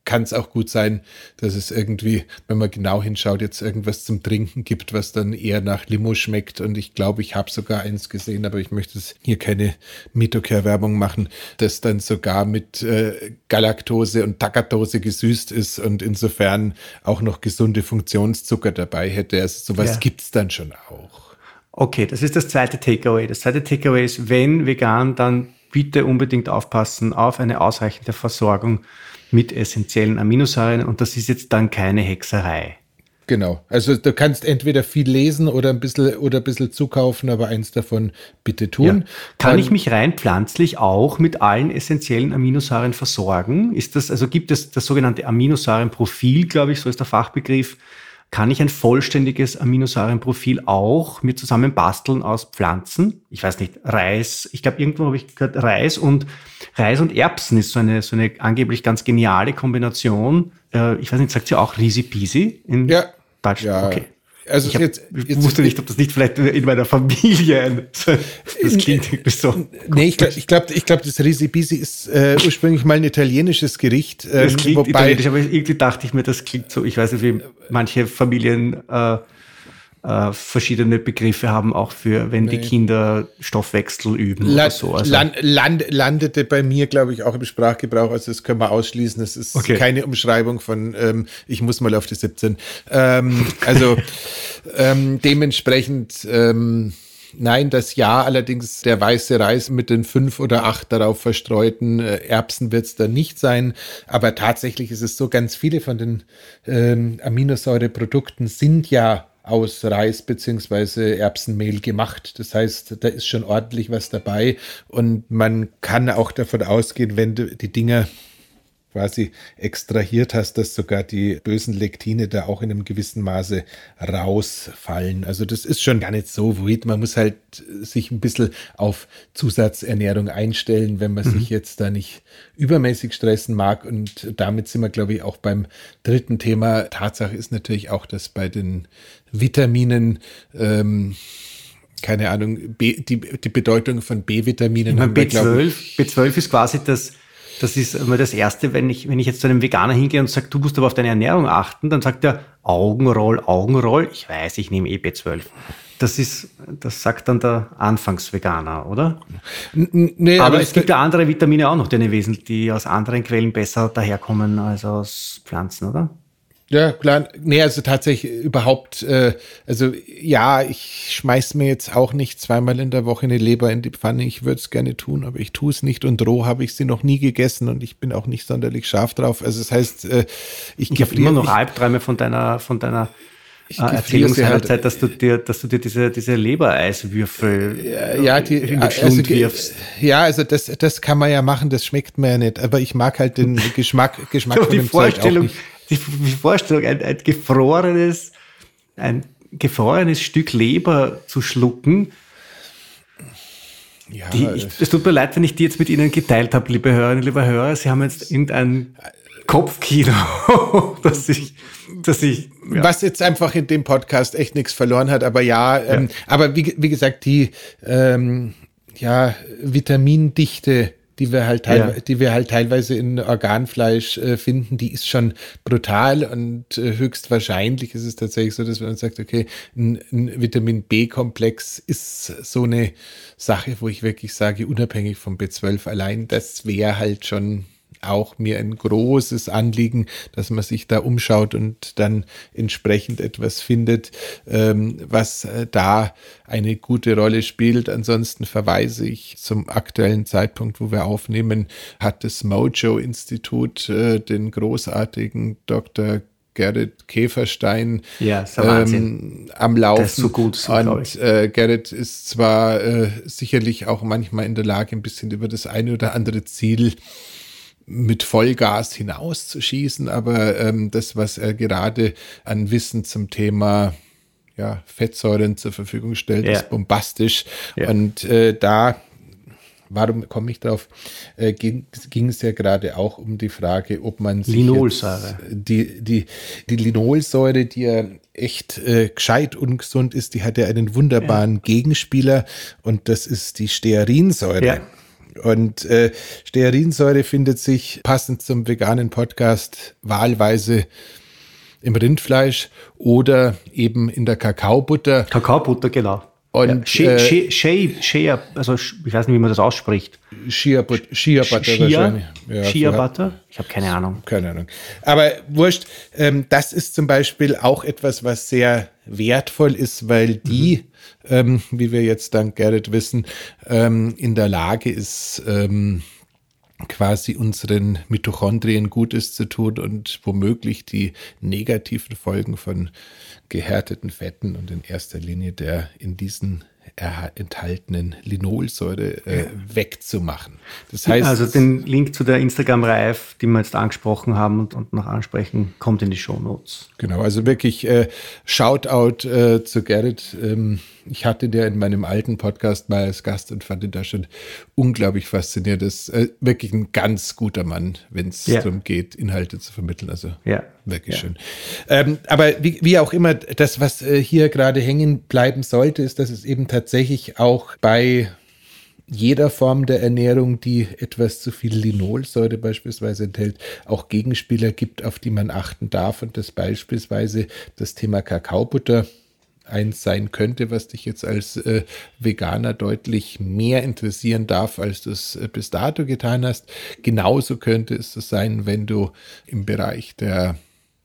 kann es auch gut sein, dass es irgendwie, wenn man genau hinschaut, jetzt irgendwas zum Trinken gibt, was dann eher nach Limo schmeckt. Und ich glaube, ich habe sogar eins gesehen, aber ich möchte hier keine Mitocare-Werbung machen, das dann sogar mit Galaktose und Tagatose gesüßt ist und insofern auch noch gesunde Funktionszucker dabei hätte. Also sowas gibt's dann schon auch. Okay, das ist das zweite Takeaway. Das zweite Takeaway ist, wenn vegan, dann bitte unbedingt aufpassen auf eine ausreichende Versorgung mit essentiellen Aminosäuren und das ist jetzt dann keine Hexerei. Genau, also du kannst entweder viel lesen oder ein bisschen zukaufen, aber eins davon bitte tun. Ja. Kann ich mich rein pflanzlich auch mit allen essentiellen Aminosäuren versorgen? Gibt es das sogenannte Aminosäurenprofil, glaube ich, so ist der Fachbegriff. Kann ich ein vollständiges Aminosäurenprofil auch mir zusammen basteln aus Pflanzen? Ich weiß nicht, Reis, ich glaube, irgendwo habe ich gehört, Reis und Erbsen ist so eine angeblich ganz geniale Kombination. Ich weiß nicht, sagt sie auch Risi Pisi in Deutsch? Ja. Okay. Also ich wusste nicht, ob das nicht vielleicht in meiner Familie das klingt irgendwie so. Nee, ich glaube, das Risi Pisi ist ursprünglich mal ein italienisches Gericht. Das klingt italienisch, aber irgendwie dachte ich mir, das klingt so, ich weiß nicht, wie manche Familien verschiedene Begriffe haben, auch für, wenn die Kinder Stoffwechsel üben oder so. Also landete bei mir, glaube ich, auch im Sprachgebrauch, also das können wir ausschließen. Es ist keine Umschreibung von ich muss mal auf die 17. Dementsprechend nein, das Ja, allerdings der weiße Reis mit den 5 oder 8 darauf verstreuten Erbsen wird es dann nicht sein. Aber tatsächlich ist es so, ganz viele von den Aminosäureprodukten sind ja aus Reis bzw. Erbsenmehl gemacht. Das heißt, da ist schon ordentlich was dabei und man kann auch davon ausgehen, wenn du die Dinger quasi extrahiert hast, dass sogar die bösen Lektine da auch in einem gewissen Maße rausfallen. Also das ist schon gar nicht so wild. Man muss halt sich ein bisschen auf Zusatzernährung einstellen, wenn man sich jetzt da nicht übermäßig stressen mag. Und damit sind wir, glaube ich, auch beim dritten Thema. Tatsache ist natürlich auch, dass bei den Vitaminen keine Ahnung, die Bedeutung von B-Vitaminen. B12 ist quasi das ist immer das Erste, wenn ich jetzt zu einem Veganer hingehe und sage, du musst aber auf deine Ernährung achten, dann sagt er Augenroll. Ich weiß, ich nehme B12. Das sagt dann der Anfangsveganer, oder? Nee, aber es gibt ja andere Vitamine auch noch, die aus anderen Quellen besser daherkommen als aus Pflanzen, oder? Ja, klar. Nee, also tatsächlich überhaupt, ich schmeiß mir jetzt auch nicht zweimal in der Woche eine Leber in die Pfanne. Ich würde es gerne tun, aber ich tue es nicht und roh habe ich sie noch nie gegessen und ich bin auch nicht sonderlich scharf drauf. Also das heißt, ich habe immer noch Albträume von deiner Erzählung seiner Zeit, dass du dir diese Lebereiswürfel in den Schlund wirfst. Ja, also das kann man ja machen, das schmeckt mir ja nicht, aber ich mag halt den Geschmack von dem Zeug auch nicht. Die Vorstellung, ein gefrorenes Stück Leber zu schlucken. Ja, es tut mir leid, wenn ich die jetzt mit Ihnen geteilt habe, liebe Hörerinnen, liebe Hörer. Sie haben jetzt irgendein Kopfkino, dass ich was jetzt einfach in dem Podcast echt nichts verloren hat, aber aber wie gesagt, die Vitamindichte, die wir halt teilweise in Organfleisch finden, die ist schon brutal und höchstwahrscheinlich ist es tatsächlich so, dass man sagt, okay, ein Vitamin B-Komplex ist so eine Sache, wo ich wirklich sage, unabhängig vom B12 allein, das wäre halt schon auch mir ein großes Anliegen, dass man sich da umschaut und dann entsprechend etwas findet, was da eine gute Rolle spielt. Ansonsten verweise ich zum aktuellen Zeitpunkt, wo wir aufnehmen, hat das Mojo-Institut den großartigen Dr. Gerrit Käferstein am Laufen. Das ist so gut, und Gerrit ist zwar sicherlich auch manchmal in der Lage, ein bisschen über das eine oder andere Ziel mit Vollgas hinauszuschießen, aber das, was er gerade an Wissen zum Thema Fettsäuren zur Verfügung stellt, ist bombastisch. Ja. Und warum komme ich drauf? Ging es ja gerade auch um die Frage, ob man sich Linolsäure. Die Linolsäure, die ja echt gescheit ungesund ist, die hat ja einen wunderbaren Gegenspieler und das ist die Stearinsäure. Ja. Und Stearinsäure findet sich passend zum veganen Podcast wahlweise im Rindfleisch oder eben in der Kakaobutter. Kakaobutter, genau. Und Shea, also ich weiß nicht, wie man das ausspricht. Shea Butter wahrscheinlich. Ja, Shea Butter? Ich habe keine Ahnung. Keine Ahnung. Aber wurscht, das ist zum Beispiel auch etwas, was sehr wertvoll ist, weil die, wie wir jetzt dank Gerrit wissen, in der Lage ist, quasi unseren Mitochondrien Gutes zu tun und womöglich die negativen Folgen von gehärteten Fetten und in erster Linie der in diesen enthaltenen Linolsäure wegzumachen. Das heißt, also den Link zu der Instagram-Reif, die wir jetzt angesprochen haben und noch ansprechen, kommt in die Shownotes. Genau, also wirklich Shoutout zu Gerrit. Ich hatte der in meinem alten Podcast mal als Gast und fand ihn da schon unglaublich faszinierend. Das ist wirklich ein ganz guter Mann, wenn es darum geht, Inhalte zu vermitteln. Also wirklich schön. Aber wie auch immer, das, was hier gerade hängen bleiben sollte, ist, dass es eben tatsächlich auch bei jeder Form der Ernährung, die etwas zu viel Linolsäure beispielsweise enthält, auch Gegenspieler gibt, auf die man achten darf und das beispielsweise das Thema Kakaobutter eins sein könnte, was dich jetzt als Veganer deutlich mehr interessieren darf, als du es bis dato getan hast. Genauso könnte es so sein, wenn du im Bereich der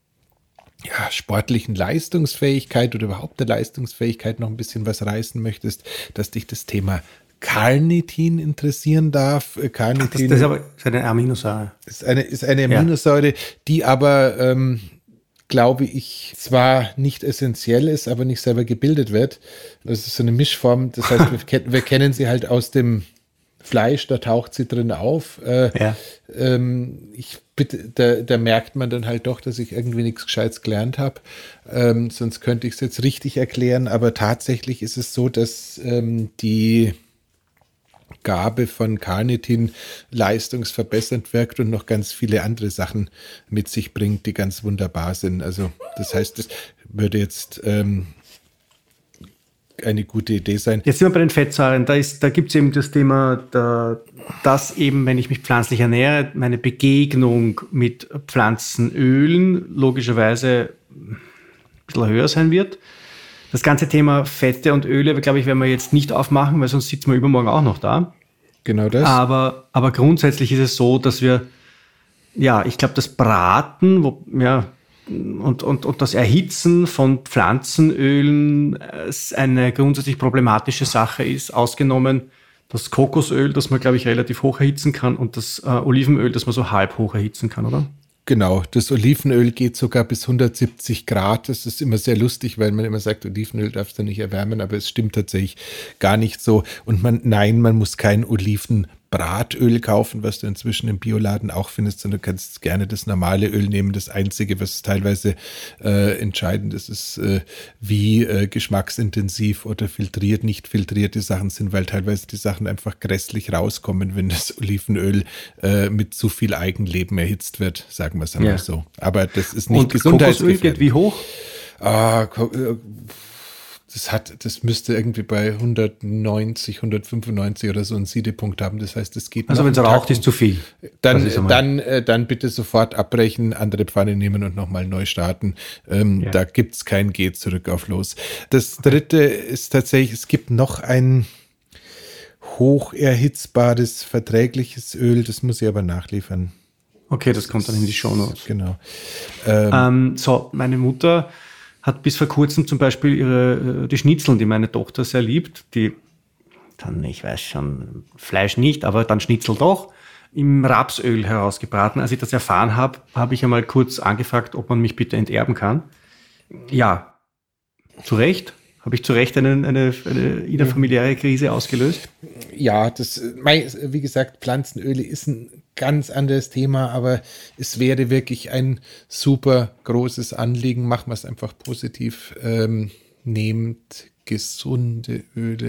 sportlichen Leistungsfähigkeit oder überhaupt der Leistungsfähigkeit noch ein bisschen was reißen möchtest, dass dich das Thema Carnitin interessieren darf. Carnitin das ist aber eine Aminosäure. Ist eine Aminosäure, die aber, glaube ich, zwar nicht essentiell ist, aber nicht selber gebildet wird. Das ist so eine Mischform. Das heißt, wir kennen sie halt aus dem Fleisch, da taucht sie drin auf. Da merkt man dann halt doch, dass ich irgendwie nichts Gescheites gelernt habe. Sonst könnte ich es jetzt richtig erklären. Aber tatsächlich ist es so, dass die Gabe von Carnitin leistungsverbessernd wirkt und noch ganz viele andere Sachen mit sich bringt, die ganz wunderbar sind. Also das heißt, das würde jetzt eine gute Idee sein. Jetzt sind wir bei den Fettsäuren. Da gibt es eben das Thema, dass eben, wenn ich mich pflanzlich ernähre, meine Begegnung mit Pflanzenölen logischerweise ein bisschen höher sein wird. Das ganze Thema Fette und Öle, glaube ich, werden wir jetzt nicht aufmachen, weil sonst sitzen wir übermorgen auch noch da. Genau das. Aber grundsätzlich ist es so, dass wir, ich glaube, das Braten, und das Erhitzen von Pflanzenölen eine grundsätzlich problematische Sache ist, ausgenommen das Kokosöl, das man, glaube ich, relativ hoch erhitzen kann und das Olivenöl, das man so halb hoch erhitzen kann, oder? Genau, das Olivenöl geht sogar bis 170 Grad. Das ist immer sehr lustig, weil man immer sagt, Olivenöl darfst du nicht erwärmen, aber es stimmt tatsächlich gar nicht so. Und man muss kein Olivenbratöl kaufen, was du inzwischen im Bioladen auch findest, sondern du kannst gerne das normale Öl nehmen. Das Einzige, was teilweise entscheidend ist, wie geschmacksintensiv oder filtriert, nicht filtrierte Sachen sind, weil teilweise die Sachen einfach grässlich rauskommen, wenn das Olivenöl mit zu viel Eigenleben erhitzt wird, sagen wir es einmal so. Aber das ist nicht gesundheitsgefährdend. Kokosöl geht wie hoch? Das müsste irgendwie bei 190, 195 oder so einen Siedepunkt haben. Das heißt, es geht. Also wenn es raucht, ist zu viel. Dann bitte sofort abbrechen, andere Pfanne nehmen und nochmal neu starten. Da gibt es kein Geh zurück auf los. Das dritte ist tatsächlich, es gibt noch ein hoch erhitzbares, verträgliches Öl. Das muss ich aber nachliefern. Okay, das kommt dann in die Shownotes. Genau. Meine Mutter hat bis vor kurzem zum Beispiel die Schnitzeln, die meine Tochter sehr liebt, die dann, ich weiß schon, Fleisch nicht, aber dann Schnitzel doch, im Rapsöl herausgebraten. Als ich das erfahren habe, habe ich einmal kurz angefragt, ob man mich bitte enterben kann. Ja, zu Recht. Habe ich zu Recht eine innerfamiliäre Krise ausgelöst? Ja, wie gesagt, Pflanzenöle ist ein ganz anderes Thema, aber es wäre wirklich ein super großes Anliegen. Machen wir es einfach positiv. Nehmt gesunde Öle,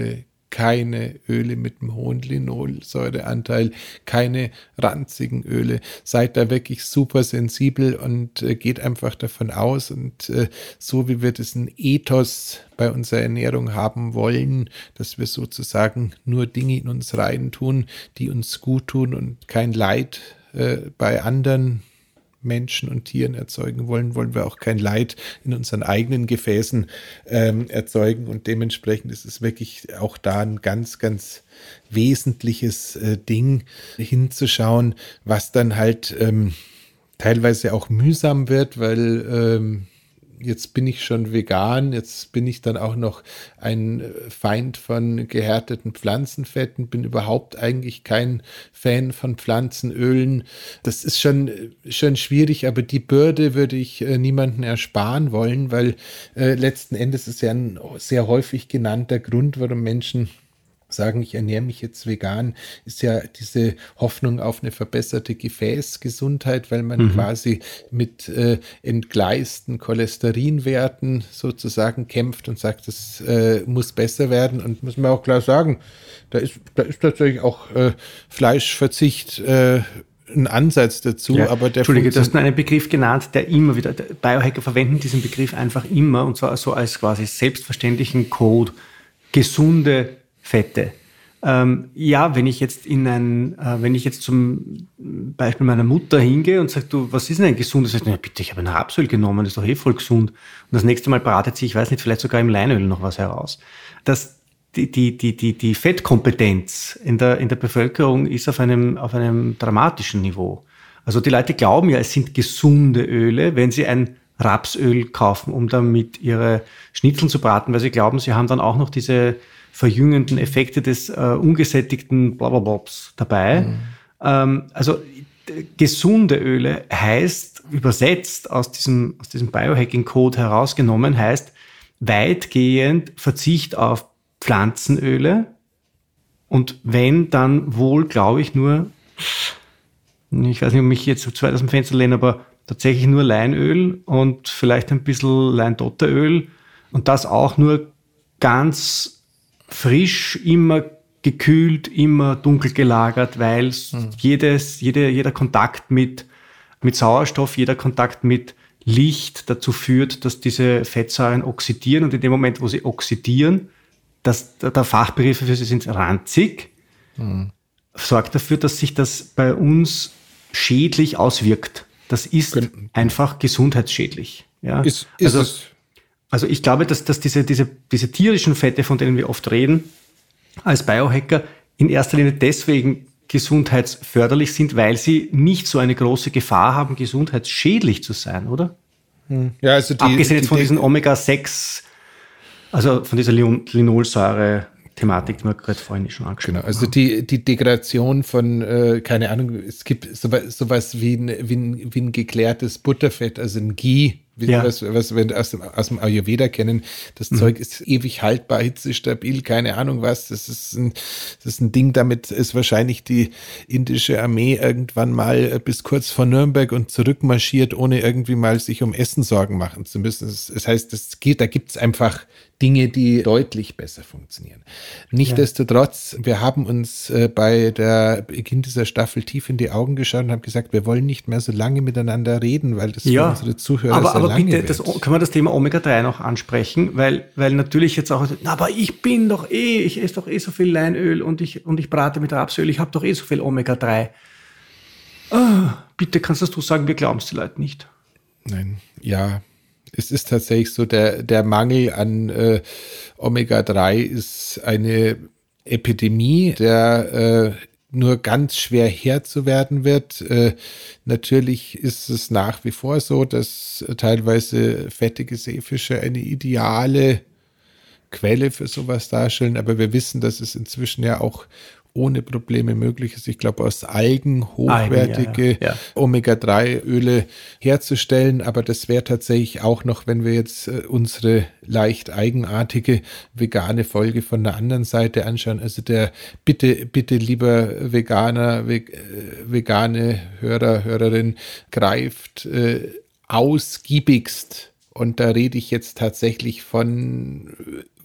keine Öle mit einem hohen Linolsäureanteil, keine ranzigen Öle. Seid da wirklich super sensibel und geht einfach davon aus. Und so wie wir diesen Ethos bei unserer Ernährung haben wollen, dass wir sozusagen nur Dinge in uns reintun, die uns gut tun und kein Leid bei anderen Menschen und Tieren erzeugen wollen, wollen wir auch kein Leid in unseren eigenen Gefäßen erzeugen, und dementsprechend ist es wirklich auch da ein ganz, ganz wesentliches Ding, hinzuschauen, was dann halt teilweise auch mühsam wird, weil jetzt bin ich schon vegan, jetzt bin ich dann auch noch ein Feind von gehärteten Pflanzenfetten, bin überhaupt eigentlich kein Fan von Pflanzenölen. Das ist schon schwierig, aber die Bürde würde ich niemandem ersparen wollen, weil letzten Endes ist ja ein sehr häufig genannter Grund, warum Menschen sagen, ich ernähre mich jetzt vegan, ist ja diese Hoffnung auf eine verbesserte Gefäßgesundheit, weil man quasi mit entgleisten Cholesterinwerten sozusagen kämpft und sagt, das muss besser werden. Und muss man auch klar sagen, da ist tatsächlich auch Fleischverzicht ein Ansatz dazu, ja, aber der Entschuldige, du hast einen Begriff genannt, der immer wieder, Biohacker verwenden diesen Begriff einfach immer, und zwar so als quasi selbstverständlichen Code, gesunde Fette. Ja, wenn ich jetzt zum Beispiel meiner Mutter hingehe und sage, du, was ist denn ein gesundes Fett? Na bitte, ich habe ein Rapsöl genommen, das ist doch eh voll gesund. Und das nächste Mal bratet sie, ich weiß nicht, vielleicht sogar im Leinöl noch was heraus. Die Fettkompetenz in der Bevölkerung ist auf einem dramatischen Niveau. Also die Leute glauben ja, es sind gesunde Öle, wenn sie ein Rapsöl kaufen, um damit ihre Schnitzel zu braten, weil sie glauben, sie haben dann auch noch diese verjüngenden Effekte des ungesättigten Blablablas dabei. Also gesunde Öle heißt, übersetzt aus diesem Biohacking-Code herausgenommen, heißt weitgehend Verzicht auf Pflanzenöle, und wenn, dann wohl, glaube ich, nur, ich weiß nicht, ob mich jetzt zu weit aus dem Fenster lehne, aber tatsächlich nur Leinöl und vielleicht ein bisschen Leindotteröl, und das auch nur ganz frisch, immer gekühlt, immer dunkel gelagert, weil jeder Kontakt mit Sauerstoff, jeder Kontakt mit Licht dazu führt, dass diese Fettsäuren oxidieren, und in dem Moment, wo sie oxidieren, der Fachbegriff für sie sind ranzig, sorgt dafür, dass sich das bei uns schädlich auswirkt. Das ist einfach gesundheitsschädlich. Ja? Also ich glaube, dass diese tierischen Fette, von denen wir oft reden, als Biohacker in erster Linie deswegen gesundheitsförderlich sind, weil sie nicht so eine große Gefahr haben, gesundheitsschädlich zu sein, oder? Ja, also abgesehen jetzt von diesen Omega-6, also von dieser Linolsäure-Thematik, die wir gerade vorhin schon angesprochen haben. Also die Degradation von, keine Ahnung, es gibt sowas wie ein geklärtes Butterfett, also ein Ghee, was wir aus dem Ayurveda kennen. Das Zeug ist ewig haltbar, hitzestabil, keine Ahnung was. Das ist ein Ding, damit ist wahrscheinlich die indische Armee irgendwann mal bis kurz vor Nürnberg und zurückmarschiert, ohne irgendwie mal sich um Essen Sorgen machen zu müssen. Das heißt, da gibt es einfach Dinge, die deutlich besser funktionieren. Nichtsdestotrotz, wir haben uns bei der Beginn dieser Staffel tief in die Augen geschaut und haben gesagt, wir wollen nicht mehr so lange miteinander reden, weil das für unsere Zuhörer sehr lange bitte, können wir das Thema Omega-3 noch ansprechen? Weil natürlich jetzt auch, aber ich esse doch so viel Leinöl und ich brate mit Rapsöl, ich habe doch so viel Omega-3. Bitte kannst du sagen, wir glauben es die Leute nicht. Nein, ja. Es ist tatsächlich so, der Mangel an Omega-3 ist eine Epidemie, der nur ganz schwer Herr zu werden wird. Natürlich ist es nach wie vor so, dass teilweise fettige Seefische eine ideale Quelle für sowas darstellen, aber wir wissen, dass es inzwischen ja auch ohne Probleme möglich ist, ich glaube, aus Algen hochwertige Omega-3-Öle herzustellen. Aber das wäre tatsächlich auch noch, wenn wir jetzt unsere leicht eigenartige vegane Folge von der anderen Seite anschauen. Also bitte lieber Veganer, vegane Hörer, Hörerin, greift ausgiebigst. Und da rede ich jetzt tatsächlich von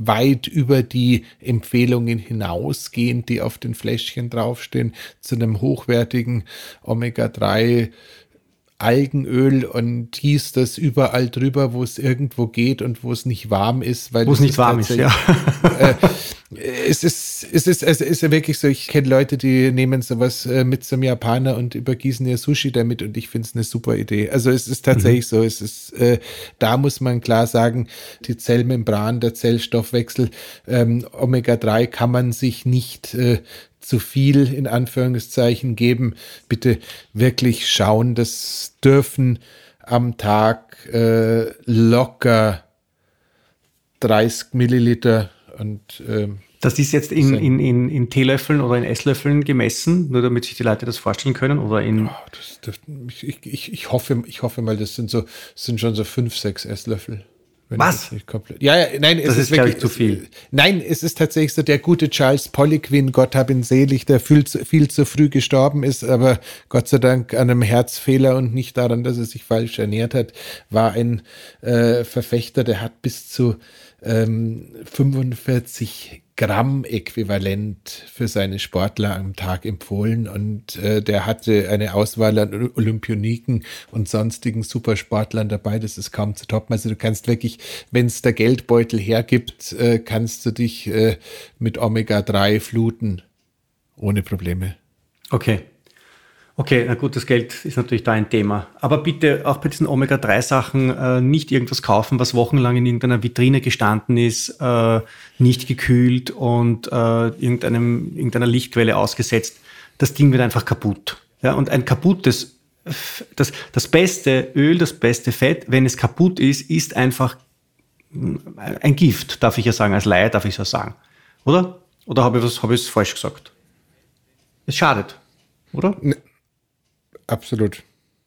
weit über die Empfehlungen hinausgehen, die auf den Fläschchen draufstehen, zu einem hochwertigen Omega-3 Algenöl und gießt das überall drüber, wo es irgendwo geht und wo es nicht warm ist. Wo es nicht warm ist, ja. Es ist ja wirklich so, ich kenne Leute, die nehmen sowas mit zum Japaner und übergießen ihr Sushi damit und ich finde es eine super Idee. Also es ist tatsächlich so, da muss man klar sagen, die Zellmembran, der Zellstoffwechsel, Omega-3 kann man sich nicht zu viel in Anführungszeichen geben. Bitte wirklich schauen, das dürfen am Tag locker 30 Milliliter und das ist jetzt in Teelöffeln oder in Esslöffeln gemessen, nur damit sich die Leute das vorstellen können, oder in... Ich hoffe mal, das sind schon so 5, 6 Esslöffel. Was? Nein, das ist glaube ich zu viel. Nein, es ist tatsächlich so, der gute Charles Poliquin, Gott hab ihn selig, der viel zu früh gestorben ist, aber Gott sei Dank an einem Herzfehler und nicht daran, dass er sich falsch ernährt hat, war ein Verfechter, der hat bis zu 45 Gramm Äquivalent für seine Sportler am Tag empfohlen und der hatte eine Auswahl an Olympioniken und sonstigen Supersportlern dabei, das ist kaum zu toppen. Also du kannst wirklich, wenn es der Geldbeutel hergibt, kannst du dich mit Omega-3 fluten, ohne Probleme. Okay, na gut, das Geld ist natürlich da ein Thema. Aber bitte auch bei diesen Omega-3-Sachen nicht irgendwas kaufen, was wochenlang in irgendeiner Vitrine gestanden ist, nicht gekühlt und irgendeiner Lichtquelle ausgesetzt. Das Ding wird einfach kaputt. Ja, und ein kaputtes, das beste Öl, das beste Fett, wenn es kaputt ist, ist einfach ein Gift, darf ich ja sagen, als Laie darf ich so sagen. Oder? Oder habe ich es falsch gesagt? Es schadet, oder? Ne. Absolut.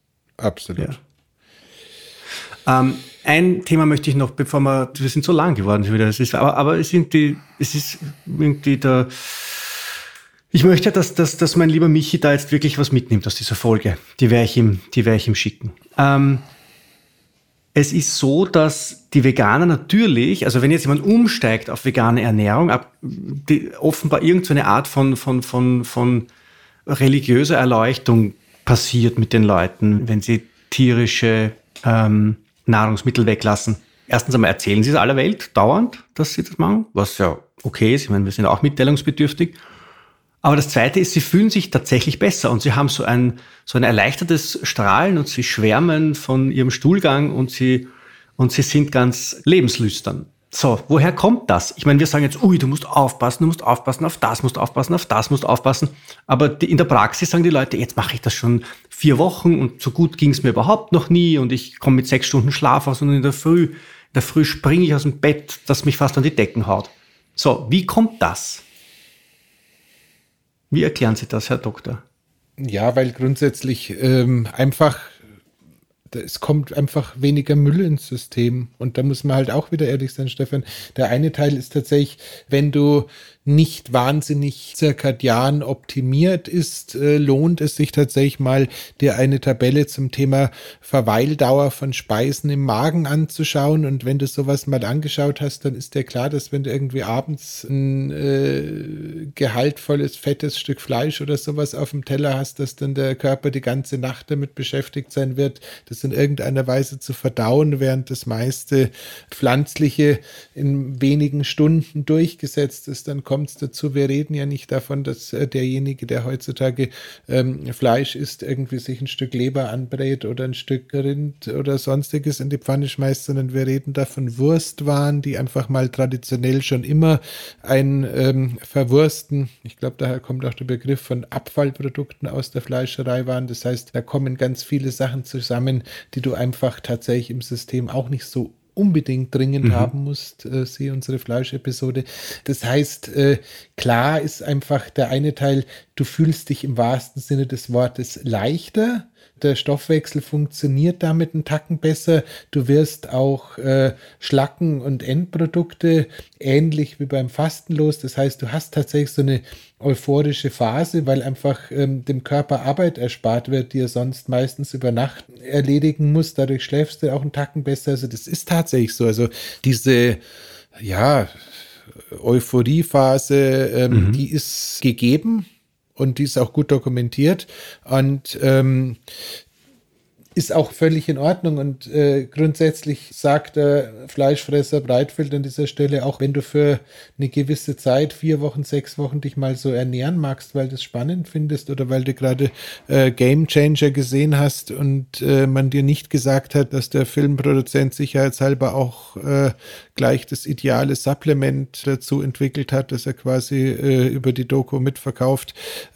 Ja. Ein Thema möchte ich noch, bevor wir sind so lang geworden schon wieder, aber es ist irgendwie ich möchte, dass mein lieber Michi da jetzt wirklich was mitnimmt aus dieser Folge. Die werde ich ihm schicken. Es ist so, dass die Veganer natürlich, also wenn jetzt jemand umsteigt auf vegane Ernährung, offenbar irgendeine Art von religiöser Erleuchtung passiert mit den Leuten, wenn sie tierische Nahrungsmittel weglassen. Erstens einmal erzählen sie es aller Welt dauernd, dass sie das machen, was ja okay ist. Ich meine, wir sind auch mitteilungsbedürftig. Aber das Zweite ist, sie fühlen sich tatsächlich besser und sie haben so ein erleichtertes Strahlen und sie schwärmen von ihrem Stuhlgang und sie sind ganz lebenslüstern. So, woher kommt das? Ich meine, wir sagen jetzt, du musst aufpassen, auf das musst du aufpassen. Aber in der Praxis sagen die Leute, jetzt mache ich das schon 4 Wochen und so gut ging es mir überhaupt noch nie und ich komme mit 6 Stunden Schlaf aus und in der Früh springe ich aus dem Bett, das mich fast an die Decken haut. So, wie kommt das? Wie erklären Sie das, Herr Doktor? Ja, weil grundsätzlich es kommt einfach weniger Müll ins System. Und da muss man halt auch wieder ehrlich sein, Stefan. Der eine Teil ist tatsächlich, wenn du nicht wahnsinnig zirkadian optimiert ist, lohnt es sich tatsächlich mal, dir eine Tabelle zum Thema Verweildauer von Speisen im Magen anzuschauen. Und wenn du sowas mal angeschaut hast, dann ist dir klar, dass wenn du irgendwie abends ein gehaltvolles, fettes Stück Fleisch oder sowas auf dem Teller hast, dass dann der Körper die ganze Nacht damit beschäftigt sein wird, das in irgendeiner Weise zu verdauen, während das meiste Pflanzliche in wenigen Stunden durchgesetzt ist. Dann kommt es dazu, wir reden ja nicht davon, dass derjenige, der heutzutage Fleisch isst, irgendwie sich ein Stück Leber anbrät oder ein Stück Rind oder sonstiges in die Pfanne schmeißt, sondern wir reden davon Wurstwaren, die einfach mal traditionell schon immer ein Verwursten, ich glaube, daher kommt auch der Begriff von Abfallprodukten aus der Fleischerei waren. Das heißt, da kommen ganz viele Sachen zusammen, die du einfach tatsächlich im System auch nicht so unbedingt dringend haben musst, siehe unsere Fleischepisode. Das heißt, klar ist einfach der eine Teil, du fühlst dich im wahrsten Sinne des Wortes leichter, der Stoffwechsel funktioniert damit einen Tacken besser, du wirst auch Schlacken und Endprodukte ähnlich wie beim Fasten los, das heißt, du hast tatsächlich so eine euphorische Phase, weil einfach dem Körper Arbeit erspart wird, die er sonst meistens über Nacht erledigen muss. Dadurch schläfst du auch einen Tacken besser. Also das ist tatsächlich so. Also diese, Euphoriephase, die ist gegeben und die ist auch gut dokumentiert und ist auch völlig in Ordnung und grundsätzlich sagt der Fleischfresser Breitfeld an dieser Stelle, auch wenn du für eine gewisse Zeit, 4 Wochen, 6 Wochen dich mal so ernähren magst, weil du es spannend findest oder weil du gerade Game Changer gesehen hast und man dir nicht gesagt hat, dass der Filmproduzent sicherheitshalber auch gleich das ideale Supplement dazu entwickelt hat, dass er quasi über die Doku mitverkauft,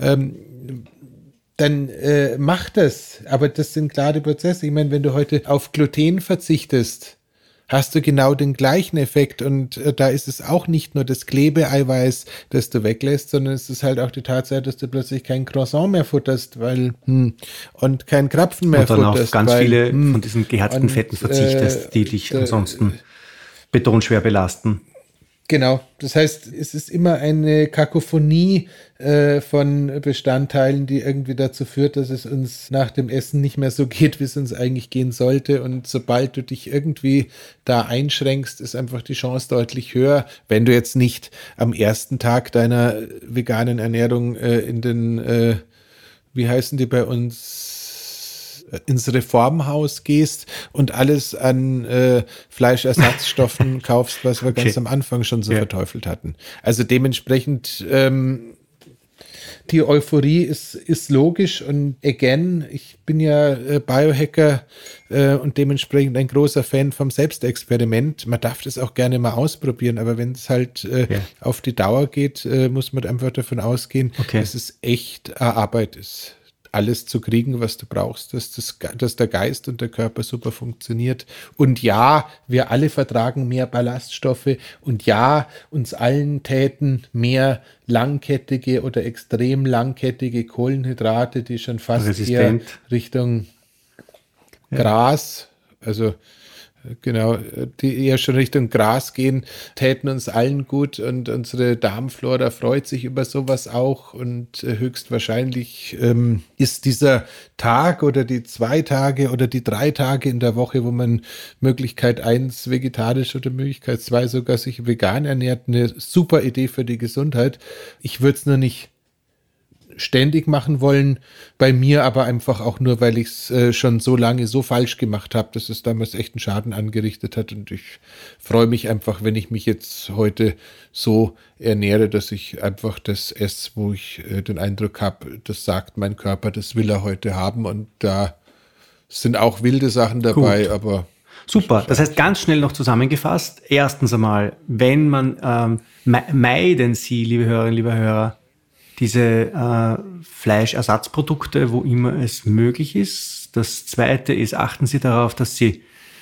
dann mach das. Aber das sind klare Prozesse. Ich meine, wenn du heute auf Gluten verzichtest, hast du genau den gleichen Effekt. Und da ist es auch nicht nur das Klebeeiweiß, das du weglässt, sondern es ist halt auch die Tatsache, dass du plötzlich kein Croissant mehr futterst, und kein Krapfen mehr futterst. Und dann futterst, auf ganz viele von diesen geherzten Fetten verzichtest, die dich ansonsten betonschwer belasten. Genau, das heißt, es ist immer eine Kakophonie von Bestandteilen, die irgendwie dazu führt, dass es uns nach dem Essen nicht mehr so geht, wie es uns eigentlich gehen sollte. Und sobald du dich irgendwie da einschränkst, ist einfach die Chance deutlich höher, wenn du jetzt nicht am ersten Tag deiner veganen Ernährung in den, wie heißen die bei uns, ins Reformhaus gehst und alles an Fleischersatzstoffen kaufst, was wir ganz am Anfang schon so verteufelt hatten. Also dementsprechend die Euphorie ist logisch und again, ich bin ja Biohacker und dementsprechend ein großer Fan vom Selbstexperiment. Man darf das auch gerne mal ausprobieren, aber wenn es halt auf die Dauer geht, muss man einfach davon ausgehen, dass es echt Arbeit ist, alles zu kriegen, was du brauchst, dass der Geist und der Körper super funktioniert. Und ja, wir alle vertragen mehr Ballaststoffe und ja, uns allen täten mehr langkettige oder extrem langkettige Kohlenhydrate, die schon fast eher Richtung Gras, also genau, die eher schon Richtung Gras gehen, täten uns allen gut und unsere Darmflora freut sich über sowas auch und höchstwahrscheinlich ist dieser Tag oder die 2 Tage oder die 3 Tage in der Woche, wo man Möglichkeit 1 vegetarisch oder Möglichkeit 2 sogar sich vegan ernährt, eine super Idee für die Gesundheit. Ich würde es nur nicht ständig machen wollen, bei mir aber einfach auch nur, weil ich es schon so lange so falsch gemacht habe, dass es damals echt einen Schaden angerichtet hat und ich freue mich einfach, wenn ich mich jetzt heute so ernähre, dass ich einfach das esse, wo ich den Eindruck habe, das sagt mein Körper, das will er heute haben und da sind auch wilde Sachen dabei, aber super, das heißt ganz schnell noch zusammengefasst, erstens einmal, wenn man meiden Sie, liebe Hörerinnen, liebe Hörer, diese Fleischersatzprodukte, wo immer es möglich ist. Das Zweite ist, achten Sie darauf, dass Sie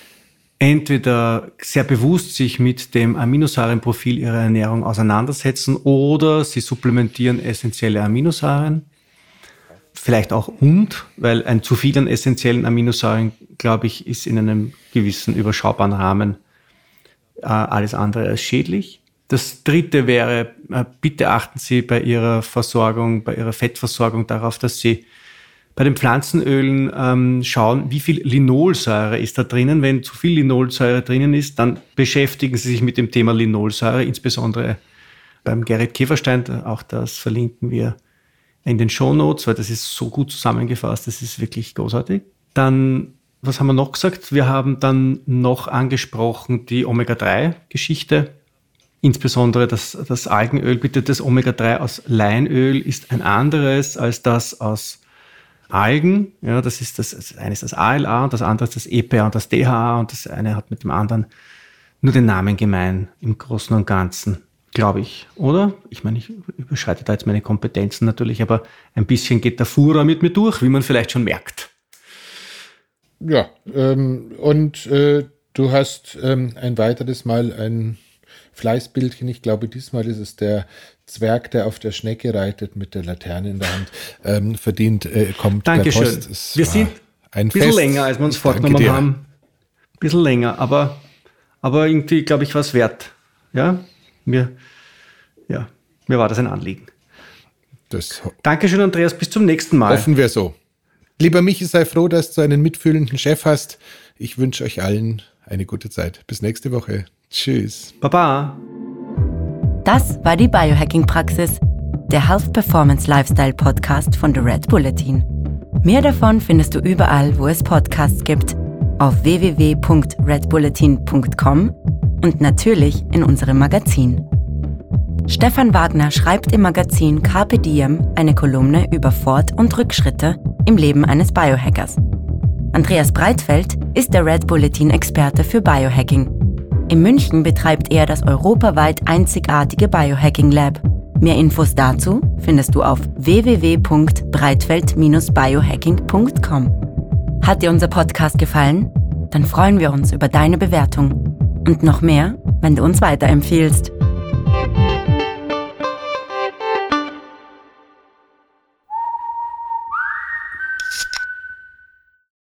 entweder sehr bewusst sich mit dem Aminosäurenprofil Ihrer Ernährung auseinandersetzen oder Sie supplementieren essentielle Aminosäuren. Vielleicht auch weil ein zu viel an essentiellen Aminosäuren, glaube ich, ist in einem gewissen überschaubaren Rahmen alles andere als schädlich. Das Dritte wäre, bitte achten Sie bei Ihrer Versorgung, bei Ihrer Fettversorgung darauf, dass Sie bei den Pflanzenölen schauen, wie viel Linolsäure ist da drinnen. Wenn zu viel Linolsäure drinnen ist, dann beschäftigen Sie sich mit dem Thema Linolsäure, insbesondere beim Gerrit Käferstein. Auch das verlinken wir in den Shownotes, weil das ist so gut zusammengefasst, das ist wirklich großartig. Dann, was haben wir noch gesagt? Wir haben dann noch angesprochen die Omega-3-Geschichte. Insbesondere das Algenöl, bitte das Omega-3 aus Leinöl ist ein anderes als das aus Algen. Ja, das eine ist das ALA und das andere ist das EPA und das DHA und das eine hat mit dem anderen nur den Namen gemein im Großen und Ganzen, glaube ich, oder? Ich meine, ich überschreite da jetzt meine Kompetenzen natürlich, aber ein bisschen geht der Fuhrer mit mir durch, wie man vielleicht schon merkt. Ja, und du hast ein weiteres Mal ein Fleißbildchen. Ich glaube, diesmal ist es der Zwerg, der auf der Schnecke reitet mit der Laterne in der Hand. Verdient kommt Dankeschön. Per Post. Wir sind ein bisschen länger, als wir uns vorgenommen haben. Ein bisschen länger, aber irgendwie, glaube ich, was wert. Ja, mir war das ein Anliegen. Dankeschön, Andreas. Bis zum nächsten Mal. Hoffen wir so. Lieber Michi, sei froh, dass du einen mitfühlenden Chef hast. Ich wünsche euch allen eine gute Zeit. Bis nächste Woche. Tschüss. Baba. Das war die Biohacking-Praxis, der Health Performance Lifestyle Podcast von The Red Bulletin. Mehr davon findest du überall, wo es Podcasts gibt, auf www.redbulletin.com und natürlich in unserem Magazin. Stefan Wagner schreibt im Magazin Carpe Diem eine Kolumne über Fort- und Rückschritte im Leben eines Biohackers. Andreas Breitfeld ist der Red Bulletin-Experte für Biohacking. In München betreibt er das europaweit einzigartige Biohacking Lab. Mehr Infos dazu findest du auf www.breitfeld-biohacking.com. Hat dir unser Podcast gefallen? Dann freuen wir uns über deine Bewertung. Und noch mehr, wenn du uns weiterempfiehlst.